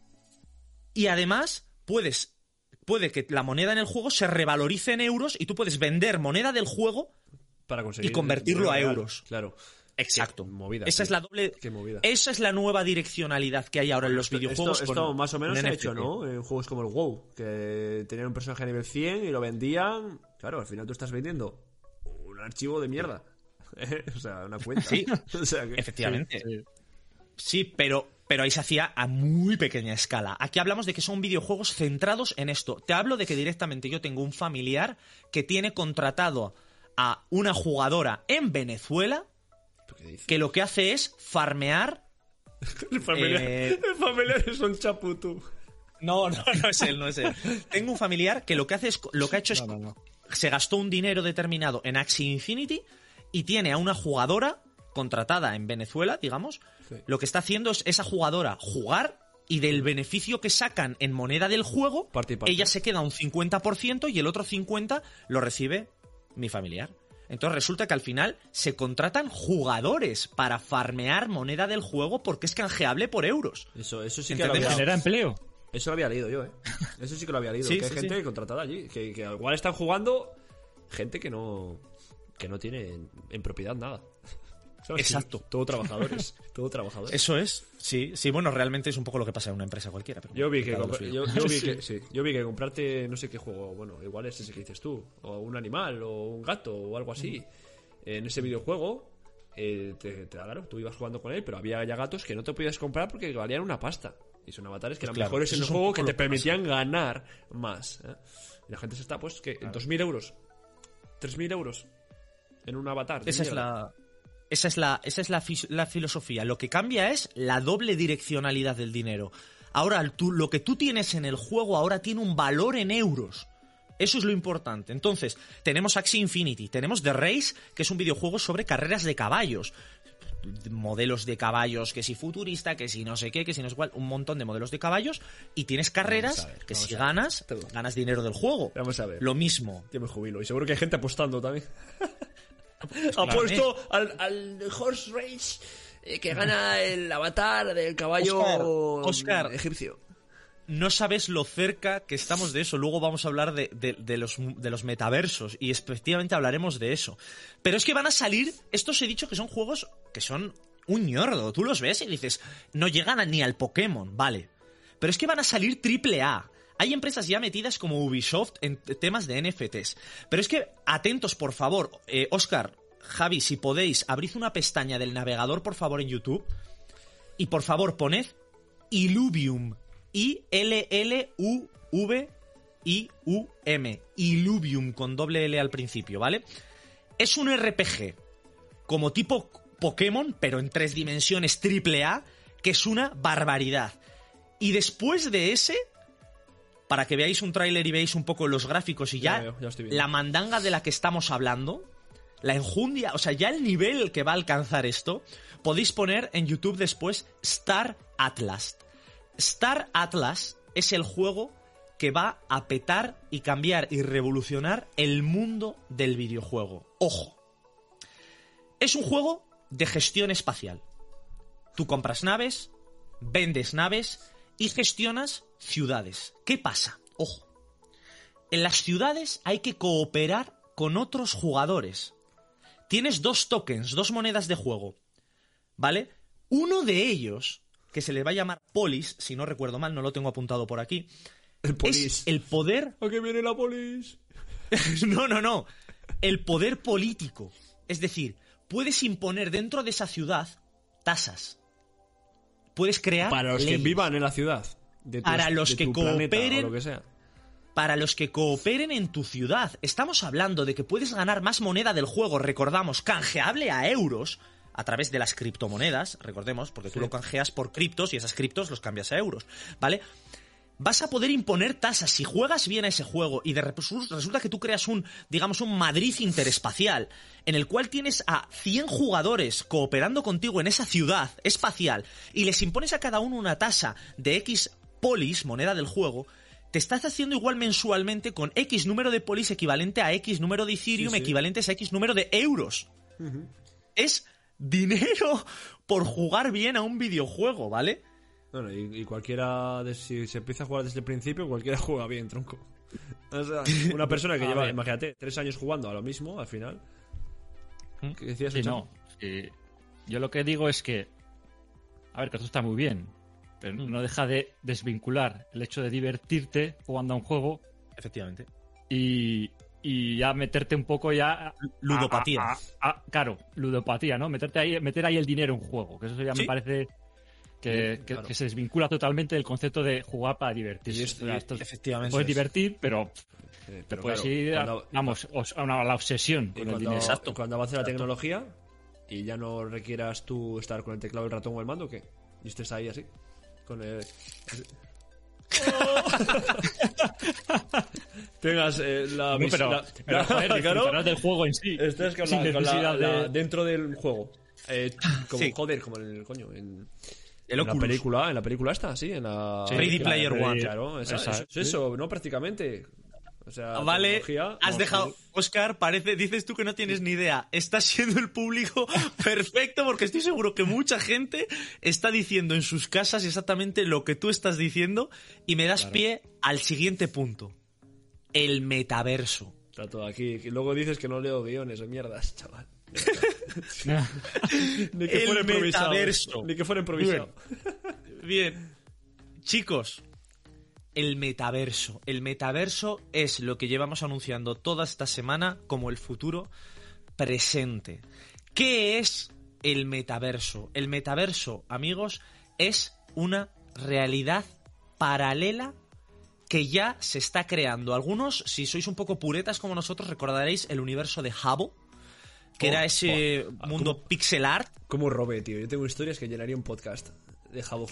y además puedes puede que la moneda en el juego se revalorice en euros y tú puedes vender moneda del juego para conseguir y convertirlo a real, euros. Claro. Exacto. Qué movida, esa sí. es la doble. Qué movida. Esa es la nueva direccionalidad que hay ahora en los Esto- videojuegos. Esto, con- esto más o menos con se ha N F T. hecho, ¿no? En juegos como el WoW, que tenían un personaje a nivel cien y lo vendían. Claro, al final tú estás vendiendo un archivo de mierda. O sea, una cuenta. Sí, O sea que- efectivamente. Sí. Sí, pero, pero ahí se hacía a muy pequeña escala. Aquí hablamos de que son videojuegos centrados en esto. Te hablo de que directamente yo tengo un familiar que tiene contratado a una jugadora en Venezuela ¿Qué dices? que lo que hace es farmear. El familiar, Eh, el familiar es un chaputu. No, no, no es él, no es él. Tengo un familiar que lo que hace es, lo que ha hecho es, No, no, no. se gastó un dinero determinado en Axie Infinity y tiene a una jugadora contratada en Venezuela, digamos. Sí. Lo que está haciendo es esa jugadora jugar y del beneficio que sacan en moneda del juego, Parte y parte. ella se queda un cincuenta por ciento y el otro cincuenta por ciento lo recibe mi familiar. Entonces resulta que al final se contratan jugadores para farmear moneda del juego porque es canjeable por euros. Eso, eso sí que lo ¿Entendés? había, Genera empleo. eso lo había leído yo, ¿eh? Eso sí que lo había leído. Sí, que hay sí, gente sí. contratada allí. Que, que igual están jugando gente que no que no tiene en, en propiedad nada. ¿Sabes? Exacto. Todo trabajadores. Todo trabajadores. Eso es, sí, sí, bueno, realmente es un poco lo que pasa en una empresa cualquiera. Pero Yo vi que, cada los compra- videojuegos. yo, yo vi que sí, yo vi que comprarte no sé qué juego, bueno, igual es ese que dices tú, o un animal, o un gato, o algo así. En ese videojuego, eh, te, te, claro, tú ibas jugando con él, pero había ya gatos que no te podías comprar porque valían una pasta. Y son avatares que Pues eran claro, mejores en eso el es un juego poco que lo te que permitían ganar más. ¿eh? Y la gente se está, pues, que en dos mil euros, tres mil euros en un avatar. de Esa es mierda. la, esa es la, esa es la, fis- la filosofía. Lo que cambia es la doble direccionalidad del dinero. Ahora, tú, lo que tú tienes en el juego ahora tiene un valor en euros. Eso es lo importante. Entonces, tenemos Axie Infinity, tenemos The Race, que es un videojuego sobre carreras de caballos. Modelos de caballos, que si futurista, que si no sé qué, que si no sé cuál, un montón de modelos de caballos. Y tienes carreras Vamos a ver, que vamos si a ver. ganas, ganas dinero del juego. Vamos a ver. Lo mismo. Yo me jubilo. Y seguro que hay gente apostando también. claro, Apuesto al, al horse race eh, que gana el avatar del caballo Oscar, Oscar. egipcio. No sabes lo cerca que estamos de eso. Luego vamos a hablar de, de- de los, de los metaversos y efectivamente hablaremos de eso. Pero es que van a salir, estos he dicho que son juegos que son un ñordo. Tú los ves y dices, no llegan a- ni al Pokémon, vale. Pero es que van a salir triple A. Hay empresas ya metidas como Ubisoft en t- temas de N F Ts. Pero es que, atentos, por favor. Eh, Oscar, Javi, si podéis, abrid una pestaña del navegador, por favor, en YouTube. Y por favor, poned Illuvium. I L L U V I U M. Illuvium con doble L al principio, ¿vale? Es un R P G como tipo Pokémon, pero en tres dimensiones triple A, que es una barbaridad. Y después de ese, para que veáis un tráiler y veáis un poco los gráficos y Ya ya, veo, ya estoy viendo. la mandanga de la que estamos hablando, la enjundia, o sea, ya el nivel que va a alcanzar esto, podéis poner en YouTube después Star Atlas. Star Atlas es el juego que va a petar y cambiar y revolucionar el mundo del videojuego. ¡Ojo! Es un juego de gestión espacial. Tú compras naves, vendes naves y gestionas ciudades. ¿Qué pasa? Ojo. En las ciudades hay que cooperar con otros jugadores. Tienes dos tokens, dos monedas de juego. ¿Vale? Uno de ellos, que se le va a llamar Polis, si no recuerdo mal, no lo tengo apuntado por aquí, El es polis. el poder... ¿A qué viene la polis? No, no, no. El poder político. Es decir, puedes imponer dentro de esa ciudad tasas. Puedes crear Para los que leyes. vivan en la ciudad. De tu- Para los de que tu planeta, cooperen- o lo que sea. Para los que cooperen en tu ciudad. Estamos hablando de que puedes ganar más moneda del juego, recordamos, canjeable a euros a través de las criptomonedas, recordemos, porque tú lo canjeas por criptos y esas criptos los cambias a euros, ¿vale? vas a poder imponer tasas. Si juegas bien a ese juego y de rep- resulta que tú creas un, digamos, un Madrid interespacial, en el cual tienes a cien jugadores cooperando contigo en esa ciudad espacial y les impones a cada uno una tasa de X polis, moneda del juego, te estás haciendo igual mensualmente con X número de polis equivalente a X número de Ethereum Sí, sí. equivalentes a X número de euros. Es dinero por jugar bien a un videojuego, ¿vale? Bueno, y, y cualquiera, de, si se empieza a jugar desde el principio, cualquiera juega bien, tronco. O sea, una persona que A lleva, ver. imagínate, tres años jugando a lo mismo, al final. ¿Qué decías, Sí, Chapo? no. Sí. Yo lo que digo es que, a ver, que esto está muy bien, pero Mm. no deja de desvincular el hecho de divertirte jugando a un juego Efectivamente. y, y ya meterte un poco ya... a- Ludopatía. a- a- a- claro, ludopatía, ¿no? Meterte ahí, meter ahí el dinero en juego, que eso ya Sí. me parece que, Sí, que- claro. que se desvincula totalmente del concepto de jugar para divertirse. Y esto- O sea, y- esto es- efectivamente. puedes divertir, pero Eh, te pero puedes claro, ir, a- cuando- vamos, os- a, una- a la obsesión y con el cuando, dinero. Exacto. cuando avance la tecnología y ya no requieras tú estar con el teclado, el ratón o el mando, ¿qué? Y estés ahí así, con el... así. Tengas eh, la... No, vis- pero, la- pero, la- joder, claro, disfrutarás del juego en sí. estés con sin la, con la- necesidad la- de... dentro del juego. Eh, como, Sí. Joder, como en el coño, en... El en la Oculus. película, en la película esta, sí, en la... Sí, Ready claro, Player Ready- One. Claro, esa- Esa, eso, es sí. eso, ¿no? Prácticamente. O sea, Vale, tecnología, has no, dejado... sí. Oscar, parece, dices tú que no tienes ni idea. Estás siendo el público perfecto porque estoy seguro que mucha gente está diciendo en sus casas exactamente lo que tú estás diciendo y me das pie al siguiente punto. El metaverso. Está todo aquí. Y luego dices que no leo guiones o mierdas, chaval. Ni que El fuera improvisado. metaverso. Ni que fuera improvisado. Bien. Chicos, el metaverso. El metaverso es lo que llevamos anunciando toda esta semana como el futuro presente. ¿Qué es el metaverso? El metaverso, amigos, es una realidad paralela que ya se está creando. Algunos, si sois un poco puretas como nosotros, recordaréis el universo de Habbo, que Oh, era ese oh. mundo ¿Cómo? pixel art. ¿Cómo robé, tío? Yo tengo historias que llenaría un podcast de Jabo.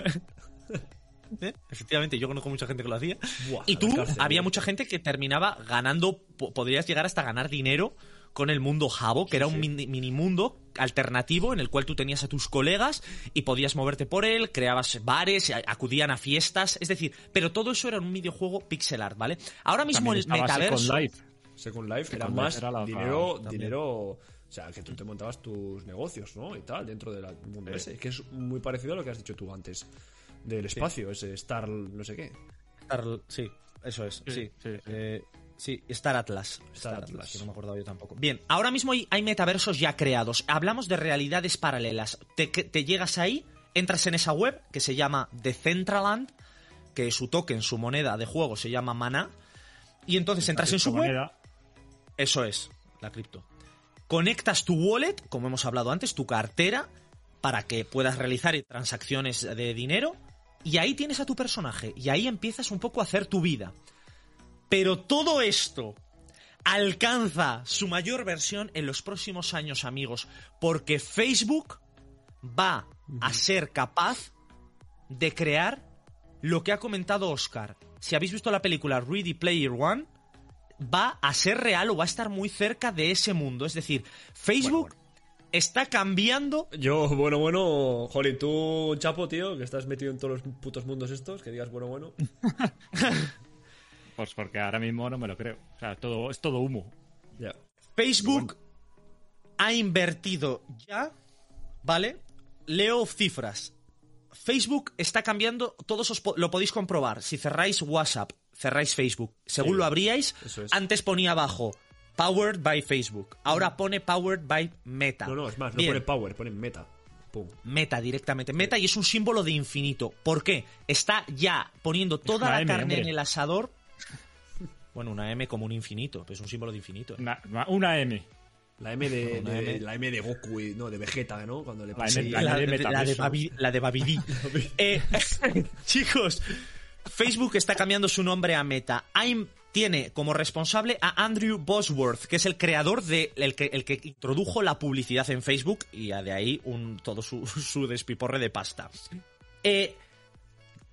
¿Eh? Efectivamente, yo conozco mucha gente que lo hacía. Buah, Y a tú, la cárcel, había tío. mucha gente que terminaba ganando, po- podrías llegar hasta ganar dinero con el mundo Habbo, que era un sí. mini, mini mundo alternativo en el cual tú tenías a tus colegas y podías moverte por él, creabas bares, a- acudían a fiestas, es decir, pero todo eso era un videojuego pixel art, ¿vale? Ahora mismo También el estaba metaverso... Second Life. Second Life era Second más Life era la otra dinero, también. dinero, o sea, que tú te montabas tus negocios, ¿no? Y tal, dentro del mundo ese, que es muy parecido a lo que has dicho tú antes del espacio, ese Star, no sé qué. Star- sí, eso es, sí. Sí, sí, sí. Eh, sí, Star Atlas. Star Atlas. que no me acordaba yo tampoco. Bien, ahora mismo hay, hay metaversos ya creados. Hablamos de realidades paralelas. Te, que- te llegas ahí, entras en esa web que se llama Decentraland, que su token, su moneda de juego se llama Mana, y entonces entras en su web. Criptomoneda. Eso es, la cripto. Conectas tu wallet, como hemos hablado antes, tu cartera, para que puedas realizar transacciones de dinero, y ahí tienes a tu personaje, y ahí empiezas un poco a hacer tu vida. Pero todo esto alcanza su mayor versión en los próximos años, amigos, porque Facebook va a ser capaz de crear lo que ha comentado Oscar. Si habéis visto la película Ready Player One, va a ser real o va a estar muy cerca de ese mundo. Es decir, Facebook Bueno, está cambiando... Yo, bueno, bueno, Jolín, tú, Chapo, tío, que estás metido en todos los putos mundos estos, que digas, bueno, bueno. Pues porque ahora mismo no me lo creo. O sea, todo, es todo humo. Ya. Facebook ha invertido ya, ¿vale? Leo cifras. Facebook está cambiando, todos os po- lo podéis comprobar. Si cerráis WhatsApp, cerráis Facebook. Según Sí, lo abríais, eso es. antes ponía abajo Powered by Facebook. Ahora pone Powered by Meta. No, no, es más, no Bien. pone power, pone meta. Pum. Meta directamente. Meta y es un símbolo de infinito. ¿Por qué? Está ya poniendo toda una la M, carne hombre. en el asador. Bueno, una M como un infinito, pero es un símbolo de infinito. Una, una- una M. La M de, Una de- M. la M de Goku, y, no, de Vegeta, ¿no? Cuando le La pasa M, ahí- la La, de de, la de metaverso. Babi- la de Babidi. Eh, chicos, Facebook está cambiando su nombre a Meta. Hay- tiene como responsable a Andrew Bosworth, que es el creador de el que, el que introdujo la publicidad en Facebook y de ahí un, todo su, su despiporre de pasta. Eh,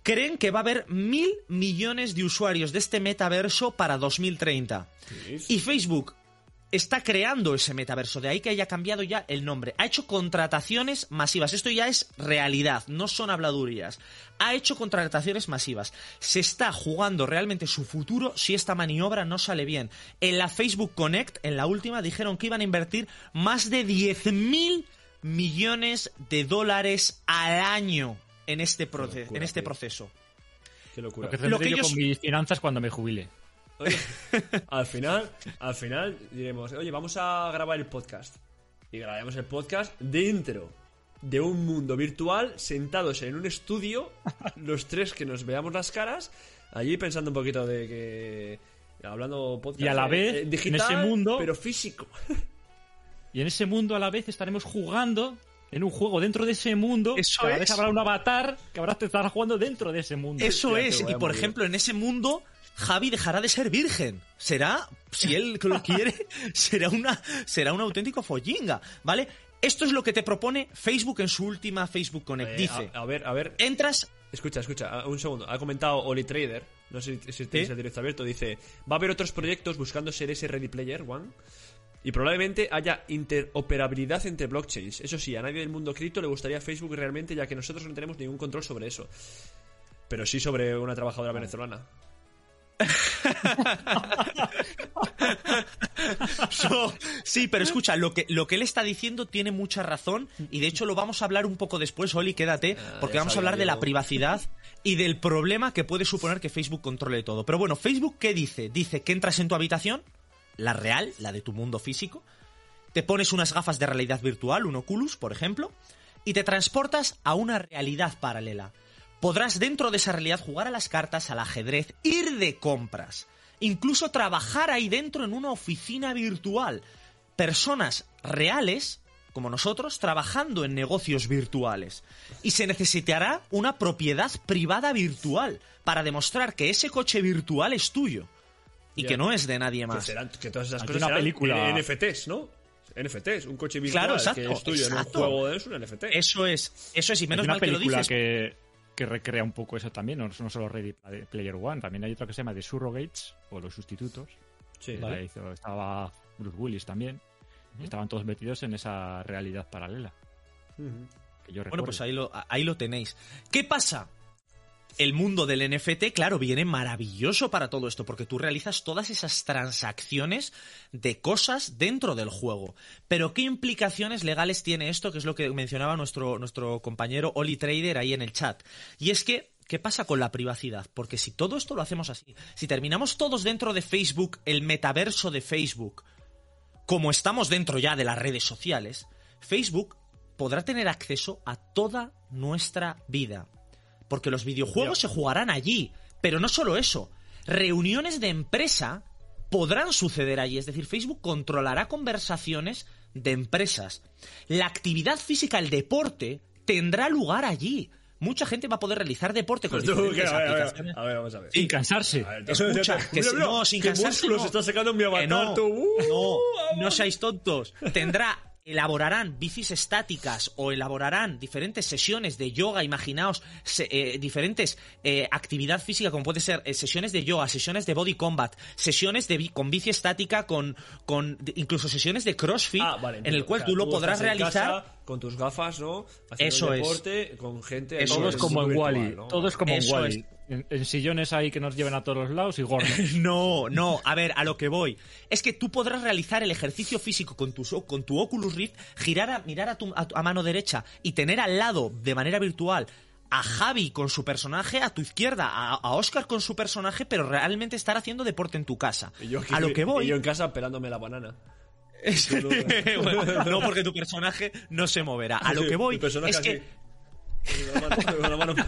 creen que va a haber mil millones de usuarios de este metaverso para dos mil treinta. Y Facebook está creando ese metaverso, de ahí que haya cambiado ya el nombre. Ha hecho contrataciones masivas. Esto ya es realidad, no son habladurías. Ha hecho contrataciones masivas. Se está jugando realmente su futuro si esta maniobra no sale bien. En la Facebook Connect, en la última, dijeron que iban a invertir más de diez mil millones de dólares al año en este, proce- locura, en este tío. proceso. Qué locura. Lo que tendré Lo que yo ellos- con mis finanzas cuando me jubile. Oye, al final, al final diremos, oye, vamos a grabar el podcast. Y grabamos el podcast dentro de un mundo virtual, sentados en un estudio, los tres que nos veamos las caras, allí pensando un poquito de que... Hablando podcast Y a la eh, vez, eh, en digital, ese mundo- pero físico. Y en ese mundo a la vez estaremos jugando en un juego dentro de ese mundo. Eso que a la es. vez habrá un avatar que habrá que estar jugando dentro de ese mundo. Eso Hostia, es, qué y guay, por muy ejemplo, en ese mundo, Javi dejará de ser virgen. Será, si él lo quiere, será una, será un auténtico follinga, ¿vale? Esto es lo que te propone Facebook en su última Facebook Connect. Eh, Dice, a, a ver, a ver. entras... Escucha, escucha, un segundo. Ha comentado Oli Trader, no sé si tenéis ¿Sí? el directo abierto, dice, va a haber otros proyectos buscando ser ese Ready Player One y probablemente haya interoperabilidad entre blockchains. Eso sí, a nadie del mundo cripto le gustaría Facebook realmente, ya que nosotros no tenemos ningún control sobre eso. Pero sí sobre una trabajadora venezolana. So, sí, pero escucha, lo que, lo que él está diciendo tiene mucha razón y de hecho lo vamos a hablar un poco después, Oli, quédate, porque ya vamos a sabía hablar de la yo. privacidad y del problema que puede suponer que Facebook controle todo. Pero bueno, Facebook, ¿qué dice? Dice que entras en tu habitación, la real, la de tu mundo físico, te pones unas gafas de realidad virtual, un Oculus, por ejemplo, y te transportas a una realidad paralela. Podrás dentro de esa realidad jugar a las cartas, al ajedrez, ir de compras, incluso trabajar ahí dentro en una oficina virtual. Personas reales, como nosotros, trabajando en negocios virtuales. Y se necesitará una propiedad privada virtual para demostrar que ese coche virtual es tuyo y Ya. que no es de nadie Que, más. serán, que todas esas Aquí cosas una serán película. N F Ts, ¿no? N F Ts, un coche virtual Claro, exacto, que es tuyo en exacto. un juego es un N F T. Eso es, eso es, y menos Hay una mal que lo película dices. que, que recrea un poco eso también, no, no solo Ready Player One, también hay otra que se llama The Surrogates, o Los Sustitutos. Sí, La hizo- estaba Bruce Willis también. Y estaban todos metidos en esa realidad paralela. Ujú. Que yo Bueno, recuerdo. pues ahí lo, ahí lo tenéis. ¿Qué pasa? El mundo del N F T, claro, viene maravilloso para todo esto, porque tú realizas todas esas transacciones de cosas dentro del juego. Pero ¿qué implicaciones legales tiene esto? Que es lo que mencionaba nuestro, nuestro compañero Oli Trader ahí en el chat. Y es que, ¿qué pasa con la privacidad? Porque si todo esto lo hacemos así, si terminamos todos dentro de Facebook, el metaverso de Facebook, como estamos dentro ya de las redes sociales, Facebook podrá tener acceso a toda nuestra vida. Porque los videojuegos se jugarán allí. Pero no solo eso. Reuniones de empresa podrán suceder allí. Es decir, Facebook controlará conversaciones de empresas. La actividad física, el deporte, tendrá lugar allí. Mucha gente va a poder realizar deporte con Pues tú, diferentes que, a, ver, a, ver, aplicaciones. a ver, vamos a ver. Sin cansarse. A ver, Escucha, que mira, si- mira, no, sin qué cansarse, músculos no. está sacando mi Que avatar, no, tú. Uh, no, no seáis tontos. Tendrá, elaborarán bicis estáticas o elaborarán diferentes sesiones de yoga, imaginaos, se- eh, diferentes eh, actividad física, como puede ser eh, sesiones de yoga, sesiones de body combat, sesiones de bi- con bici estática, con, con de- incluso sesiones de crossfit, Ah, vale, en entiendo. el cual O sea, tú lo podrás estás en realizar. casa con tus gafas, ¿no? Haciendo Eso es. deporte con gente. Eso Todo es es como en virtual, Wall-E. ¿no? Todo es como en Eso Wall-E. En, en sillones ahí que nos lleven a todos los lados y gordos. No, no, a ver, a lo que voy. Es que tú podrás realizar el ejercicio físico con tu, so- con tu Oculus Rift, girar a, mirar a tu a, tu- a mano derecha y tener al lado, de manera virtual, a Javi con su personaje, a tu izquierda, a, a Oscar con su personaje, pero realmente estar haciendo deporte en tu casa. Y yo aquí- A lo que voy... Y yo en casa pelándome la banana. es- Bueno, no, porque tu personaje no se moverá. A lo que voy Mi personaje es así. que... Con la mano- con la mano-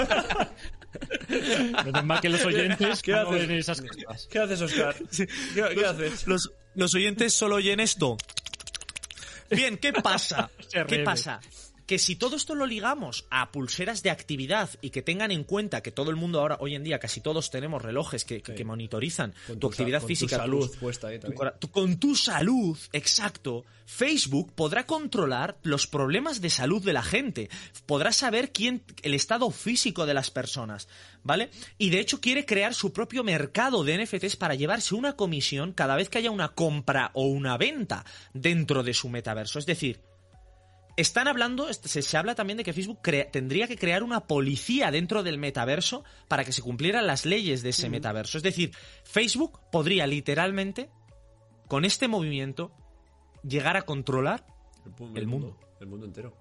Menos mal que los oyentes ¿Qué no haces? ven esas cosas. ¿Qué haces, Oscar? ¿Qué, qué haces? Los, los oyentes solo oyen esto. Bien, ¿qué pasa? Se ¿Qué reme. pasa? que si todo esto lo ligamos a pulseras de actividad y que tengan en cuenta que todo el mundo ahora, hoy en día, casi todos tenemos relojes que, que, Sí. que monitorizan Con tu, tu actividad sa- con tu física, salud tus- puesta ahí tu también. cora- tu- con tu salud, exacto, Facebook podrá controlar los problemas de salud de la gente, podrá saber quién, el estado físico de las personas, ¿vale? Y de hecho quiere crear su propio mercado de N F Ts para llevarse una comisión cada vez que haya una compra o una venta dentro de su metaverso. Es decir, están hablando, se, se habla también de que Facebook crea- tendría que crear una policía dentro del metaverso para que se cumplieran las leyes de ese Mm. metaverso. Es decir, Facebook podría literalmente, con este movimiento, llegar a controlar El, pu- el mundo. El mundo entero.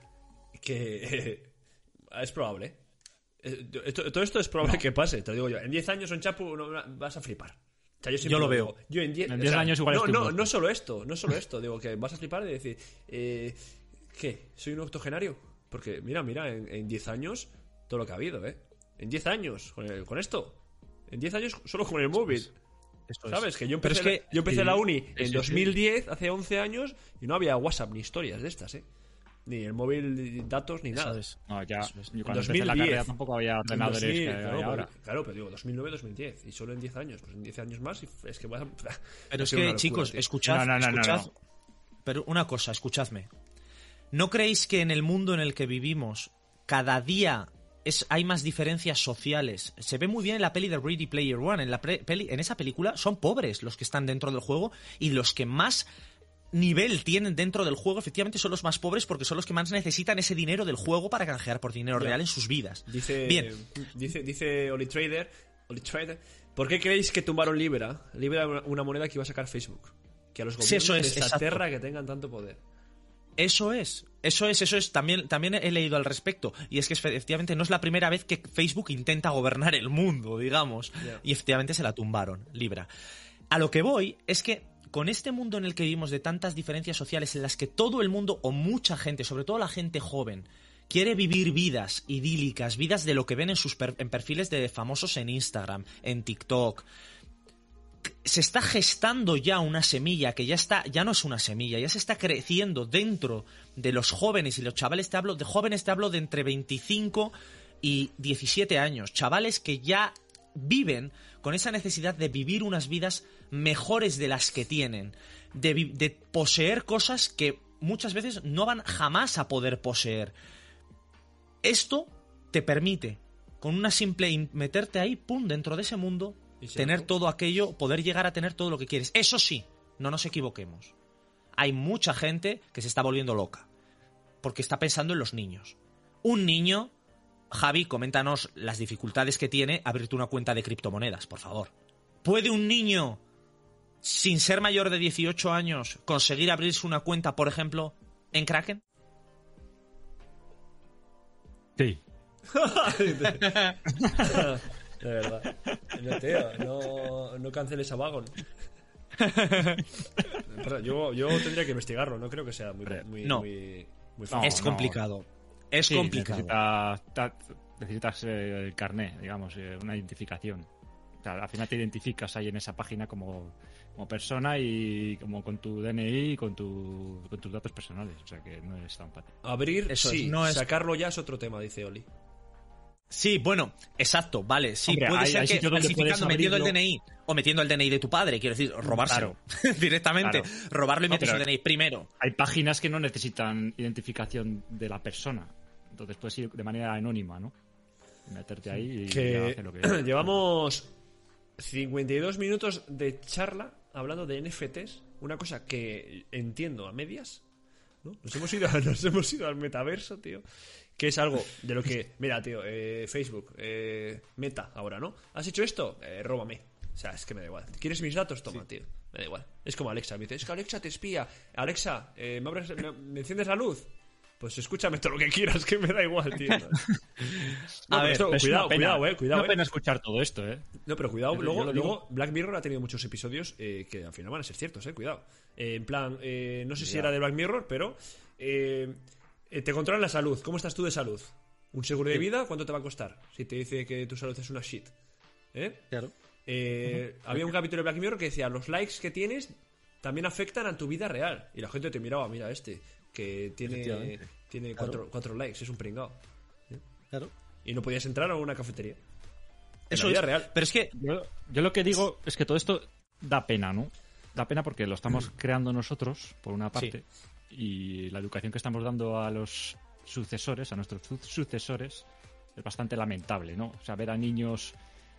Que eh, es probable. Eh, esto- todo esto es probable que pase, te lo digo yo. En diez años, en Chapu, no, vas a flipar. O sea, yo, siempre Yo lo digo. veo. Yo en diez En diez años igual no, estoy no, muerto. no solo esto, no solo esto. Digo que vas a flipar de decir, eh, ¿qué? ¿Soy un octogenario? Porque mira, mira, en, en diez años, todo lo que ha habido, ¿eh? En diez años, con, el- con esto. En diez años, solo con el móvil. Esto es- ¿Sabes? Que yo Pero empecé, es que- yo empecé sí, la uni sí, en sí, dos mil diez, hace once años, y no había WhatsApp ni historias de estas, ¿eh? Ni el móvil, ni datos, ni nada. Eso es. No, ya, Eso es. yo En cuando dos empecé mil la diez. carrera tampoco había En ordenadores dos mil, que claro, hay pero- ahora. Claro, pero digo, dos mil nueve, dos mil diez. Y solo en diez años. Pues en diez años más, y es que vas a. Pero es ha sido una que, locura, chicos, tío. escuchad, No, no, no, no, escuchad- no. Pero una cosa, escuchadme. ¿No creéis que en el mundo en el que vivimos, cada día es, hay más diferencias sociales? Se ve muy bien en la peli de Ready Player One. En, la pre- peli, en esa película son pobres los que están dentro del juego y los que más nivel tienen dentro del juego efectivamente son los más pobres porque son los que más necesitan ese dinero del juego para canjear por dinero Ya. real en sus vidas. Dice, Bien. dice, dice Oli Trader, Oli Trader, ¿por qué creéis que tumbaron Libra? Libra era una moneda que iba a sacar Facebook. Que a los Sí, gobiernos eso es, les exacto. aterra que tengan tanto poder. Eso es, eso es, eso es. También, también he leído al respecto. Y es que efectivamente no es la primera vez que Facebook intenta gobernar el mundo, digamos. Ya. Y efectivamente se la tumbaron, Libra. A lo que voy es que con este mundo en el que vivimos de tantas diferencias sociales en las que todo el mundo o mucha gente, sobre todo la gente joven, quiere vivir vidas idílicas, vidas de lo que ven en sus per- en perfiles de famosos en Instagram, en TikTok. Se está gestando ya una semilla que ya está, ya no es una semilla, ya se está creciendo dentro de los jóvenes y los chavales. Te hablo de jóvenes, te hablo de entre veinticinco y diecisiete años, chavales que ya viven con esa necesidad de vivir unas vidas mejores de las que tienen, de, vi- de poseer cosas que muchas veces no van jamás a poder poseer. Esto te permite, con una simple in- meterte ahí, pum, dentro de ese mundo, Y se tener acabó. todo aquello, poder llegar a tener todo lo que quieres. Eso sí, no nos equivoquemos. Hay mucha gente que se está volviendo loca, porque está pensando en los niños. Un niño, Javi, coméntanos las dificultades que tiene abrirte una cuenta de criptomonedas, por favor. ¿Puede un niño, sin ser mayor de dieciocho años, conseguir abrirse una cuenta, por ejemplo, en Kraken? Sí. De verdad. No, tío, no, no canceles a Vagon. Pero yo, yo tendría que investigarlo, no creo que sea muy, muy, No. muy, muy No, fácil. es complicado. Es Sí, complicado. Necesitas, ta- necesitas eh, el carné, digamos, eh, una identificación. O sea, al final te identificas ahí en esa página como, como persona y como con tu D N I y con, tu, con tus datos personales. O sea que no es tan fácil. Abrir, Eso es, sí, no es- sacarlo ya es otro tema, dice Oli. Sí, bueno, exacto, vale. Sí, Hombre, puede hay- ser hay que sitios donde falsificando, puedes metiendo el abrirlo. D N I o metiendo el D N I de tu padre, quiero decir, robárselo directamente, Claro. robarlo y No, meter su pero- D N I primero. Hay páginas que no necesitan identificación de la persona. Entonces puedes ir de manera anónima, ¿no? Y meterte ahí y ya Que hacer lo que... llevamos cincuenta y dos minutos de charla hablando de N F Ts, una cosa que entiendo a medias, ¿no? Nos hemos ido, nos hemos ido al metaverso, tío, que es algo de lo que, mira, tío, eh, Facebook, eh, Meta ahora, ¿no? ¿Has hecho esto? Eh, róbame. O sea, es que me da igual. ¿Quieres mis datos? Toma, tío. Me da igual. Es como Alexa, me dice, es que Alexa te espía. Alexa, eh, ¿me, abres- me- me enciendes la luz? Pues escúchame todo lo que quieras, que me da igual, tío. No, A pero ver, esto- Es cuidado, una pena, cuidado, eh, cuidado, una eh. pena escuchar todo esto, ¿eh? No, pero cuidado, Yo luego, lo digo. luego Black Mirror ha tenido muchos episodios eh, que al final van a ser ciertos, eh, cuidado. Eh, en plan, eh, no sé si era de Black Mirror, pero eh, eh, te controlan la salud. ¿Cómo estás tú de salud? ¿Un seguro de vida? ¿Cuánto te va a costar? Si te dice que tu salud es una shit. ¿Eh? Claro. Eh, había un capítulo de Black Mirror que decía, los likes que tienes también afectan a tu vida real. Y la gente te miraba, mira este, que tiene Efectivamente. Tiene Claro. cuatro, cuatro likes, es un pringao. Claro. Y no podías entrar a una cafetería. En Eso la vida es. real. Pero es que Yo, yo lo que digo es que todo esto da pena, ¿no? Da pena porque lo estamos creando nosotros, por una parte, y la educación que estamos dando a los sucesores, a nuestros su- sucesores, es bastante lamentable, ¿no? O sea, ver a niños,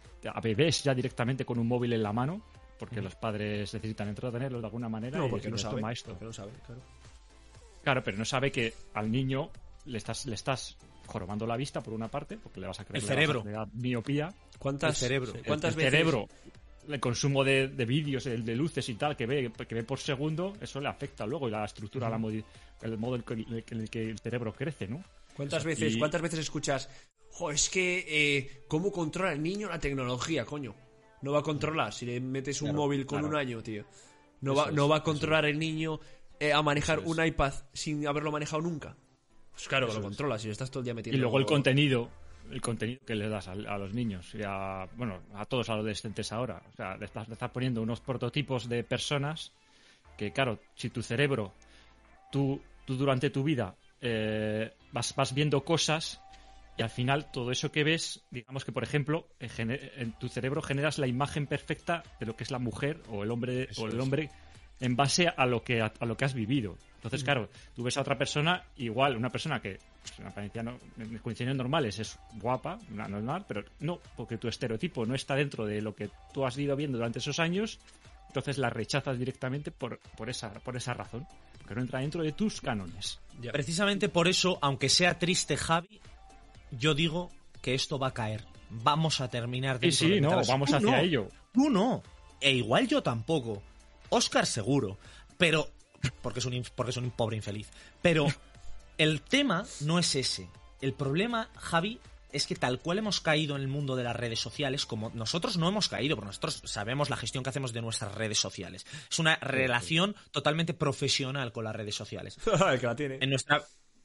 a bebés ya directamente con un móvil en la mano, porque los padres necesitan entretenerlos de alguna manera. No, y porque no decirles, sabe. "Toma esto". Porque no sabe, claro. Claro, pero no sabe que al niño le estás, le estás jorobando la vista, por una parte, porque le vas a crear, El le vas a cerebro. crear miopía. ¿Cuántas, El cerebro. sí, El- ¿Cuántas el veces? cerebro, el consumo de, de vídeos, el de luces y tal, que ve, que ve por segundo, eso le afecta luego y la estructura, la modi- el modo en que, en el que el cerebro crece, ¿no? ¿Cuántas Eso. veces, Y- ¿Cuántas veces escuchas? Jo, es que eh, ¿cómo controla el niño la tecnología, coño? No va a controlar si le metes un Claro, móvil con claro. un año, tío. No Eso va, es, no va a eso controlar el niño eh, a manejar Eso es. un iPad sin haberlo manejado nunca. Pues claro que Eso lo es. controla, si le estás todo el día metiendo. Y luego el contenido, el contenido que le das a, a los niños y a, bueno, a todos adolescentes ahora. O sea, le estás, le estás poniendo unos prototipos de personas que, claro, si tu cerebro, tú, tú durante tu vida eh, vas, vas viendo cosas y al final todo eso que ves, digamos que, por ejemplo, en, gene- en tu cerebro generas la imagen perfecta de lo que es la mujer o el hombre Eso o el es. hombre en base a lo que a, a lo que has vivido. Entonces, claro, tú ves a otra persona, igual, una persona que pues, en apariencia no, en condiciones normales es guapa, una normal, pero no, porque tu estereotipo no está dentro de lo que tú has ido viendo durante esos años, entonces la rechazas directamente por, por esa por esa razón, porque no entra dentro de tus cánones. Ya. precisamente por eso, aunque sea triste, Javi, yo digo que esto va a caer. Vamos a terminar Sí, dentro sí, del no, metaverso. vamos Tú hacia no, ello. Tú no. E igual yo tampoco. Oscar seguro. Pero. Porque es un, inf- porque es un pobre infeliz. Pero el tema no es ese. El problema, Javi, es que tal cual hemos caído en el mundo de las redes sociales, como nosotros no hemos caído, porque nosotros sabemos la gestión que hacemos de nuestras redes sociales. Es una relación totalmente profesional con las redes sociales. El que la tiene. En nuestra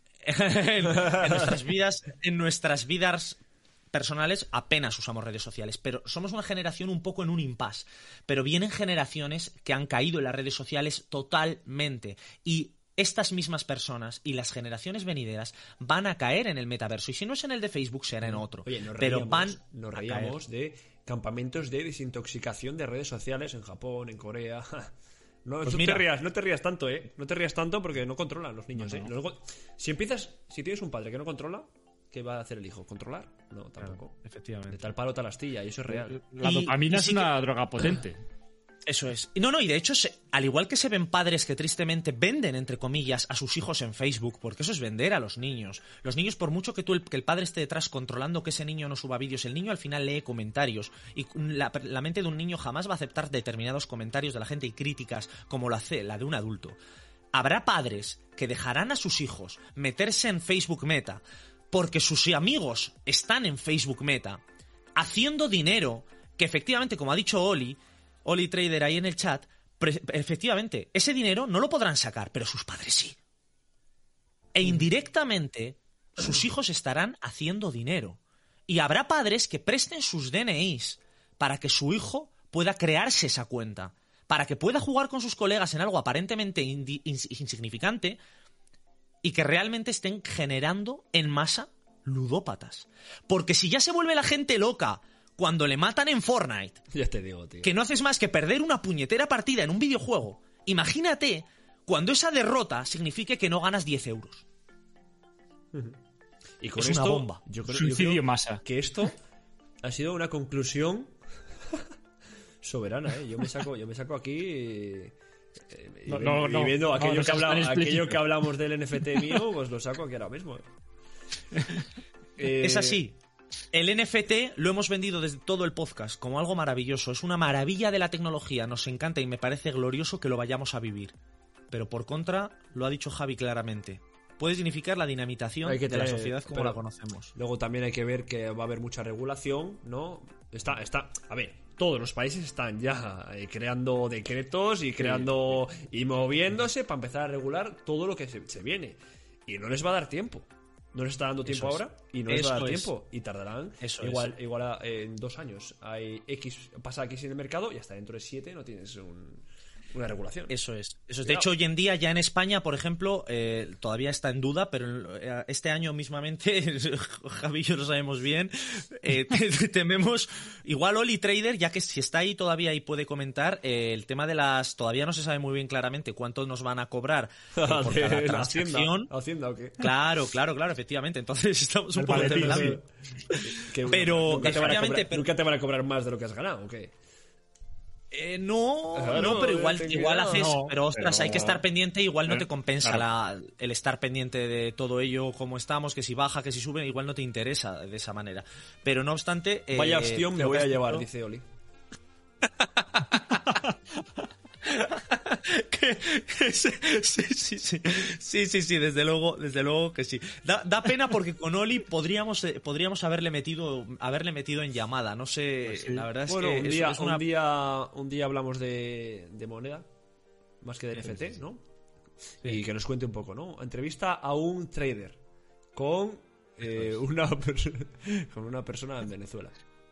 en, en nuestras vidas, en nuestras vidas personales apenas usamos redes sociales, pero somos una generación un poco en un impasse. Pero vienen generaciones que han caído en las redes sociales totalmente y estas mismas personas y las generaciones venideras van a caer en el metaverso y si no es en el de Facebook será en otro. Oye, nos pero reíamos, van nos a reíamos de campamentos de desintoxicación de redes sociales en Japón, en Corea. No, Pues tú mira. te rías, no te rías tanto, ¿eh? No te rías tanto porque no controlan los niños, ¿eh? Luego, si empiezas, si tienes un padre que no controla, ¿qué va a hacer el hijo? ¿Controlar? No, tampoco. De efectivamente. tal palo tal astilla, y eso es real. La Y- dopamina y es sí una droga potente. Eso es. Y no, no, y de hecho, se- al igual que se ven padres que tristemente venden, entre comillas, a sus hijos en Facebook, porque eso es vender a los niños. Los niños, por mucho que tú, el, que el padre esté detrás controlando que ese niño no suba vídeos, el niño al final lee comentarios. Y la, la mente de un niño jamás va a aceptar determinados comentarios de la gente y críticas como lo hace la de un adulto. Habrá padres que dejarán a sus hijos meterse en Facebook Meta porque sus amigos están en Facebook Meta haciendo dinero que efectivamente, como ha dicho Oli, Oli Trader ahí en el chat, pre- efectivamente, ese dinero no lo podrán sacar, pero sus padres sí. E indirectamente, sus hijos estarán haciendo dinero. Y habrá padres que presten sus D N Is para que su hijo pueda crearse esa cuenta, para que pueda jugar con sus colegas en algo aparentemente indi- ins- insignificante y que realmente estén generando en masa ludópatas. Porque si ya se vuelve la gente loca cuando le matan en Fortnite, Ya te digo, tío. que no haces más que perder una puñetera partida en un videojuego, imagínate cuando esa derrota signifique que no ganas diez euros. Y con es una esto, bomba. Yo creo, yo Suicidio creo masa. que esto ha sido una conclusión soberana, ¿eh? Yo me saco, yo me saco aquí eh, eh, y, No, ven- no, y no, viendo no, aquello, no que seas habla- tan aquello explícito. que hablamos del N F T mío, pues lo saco aquí ahora mismo. ¿eh? Eh, Es así. El N F T lo hemos vendido desde todo el podcast como algo maravilloso. Es una maravilla de la tecnología. Nos encanta y me parece glorioso que lo vayamos a vivir. Pero por contra, lo ha dicho Javi claramente. Puede significar la dinamitación Hay que de la tener- sociedad como pero- la conocemos. Luego también hay que ver que va a haber mucha regulación, ¿no? Está, está, a ver, todos los países están ya eh, creando decretos y creando y moviéndose para empezar a regular todo lo que se, se viene. Y no les va a dar tiempo. No les está dando tiempo Eso es. ahora y no les va a dar Eso es. tiempo. Y tardarán Eso igual, igual a- en dos años hay X, pasa X en el mercado y hasta dentro de siete no tienes un... una regulación. Eso es. Eso es. De hecho, hoy en día ya en España, por ejemplo, eh, todavía está en duda, pero eh, este año mismamente, Javi y yo lo sabemos bien, eh, tememos, igual Oli Trader, ya que si está ahí todavía y puede comentar, eh, el tema de las, todavía no se sabe muy bien claramente cuánto nos van a cobrar eh, por De cada la transacción. Hacienda, ¿Hacienda o qué? Claro, claro, claro, efectivamente. Entonces estamos un El poco maletín, temblando. Que, Pero, nunca te, van a efectivamente, cobrar, pero- nunca te van a cobrar más de lo que has ganado, ¿o qué? Eh, no, Claro, no, pero igual, ten igual cuidado. haces, No, pero ostras, pero- hay que estar pendiente, igual no Eh, te compensa claro. la, el estar pendiente de todo ello, como estamos, que si baja, que si sube, igual no te interesa de esa manera. Pero no obstante... eh, Vaya ostión me creo voy que a has llevar, dicho- dice Oli. que- sí, sí, sí, sí, sí, sí, sí, desde luego, desde luego que sí. Da, da pena porque con Oli podríamos, eh, podríamos haberle metido, haberle metido en llamada, no sé, Pues sí. la verdad es Bueno, que un es- día, es una... un día, un día hablamos de, de moneda, más que de N F T, ¿no? Y que nos cuente un poco, ¿no? Entrevista a un trader con eh, una perso- con una persona en Venezuela.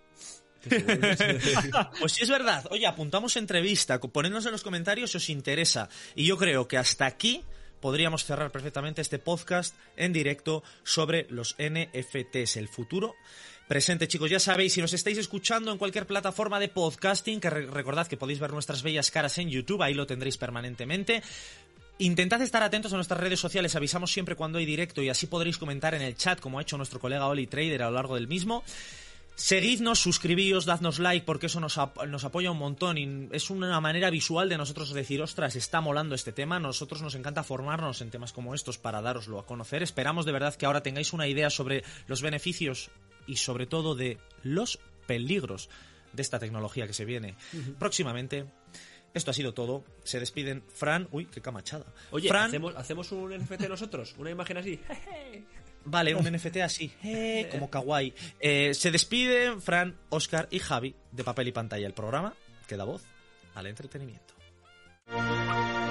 Pues sí es verdad. Oye, apuntamos entrevista, ponednos en los comentarios si os interesa. Y yo creo que hasta aquí podríamos cerrar perfectamente este podcast en directo sobre los N F Ts, el futuro presente. Chicos, ya sabéis, si nos estáis escuchando en cualquier plataforma de podcasting, que re- recordad que podéis ver nuestras bellas caras en YouTube, ahí lo tendréis permanentemente. Intentad estar atentos a nuestras redes sociales, avisamos siempre cuando hay directo y así podréis comentar en el chat, como ha hecho nuestro colega Oli Trader a lo largo del mismo. Seguidnos, suscribíos, dadnos like porque eso nos, ap- nos apoya un montón y es una manera visual de nosotros decir, ostras, está molando este tema, nosotros nos encanta formarnos en temas como estos para daroslo a conocer. Esperamos de verdad que ahora tengáis una idea sobre los beneficios y sobre todo de los peligros de esta tecnología que se viene próximamente. Esto ha sido todo. Se despiden Fran... Uy, qué camachada. Oye, Fran... ¿hacemos, ¿hacemos un N F T nosotros? ¿Una imagen así? Vale, un N F T así, eh, como kawaii. Eh, se despiden Fran, Óscar y Javi de Papel y Pantalla. El programa que da voz al entretenimiento.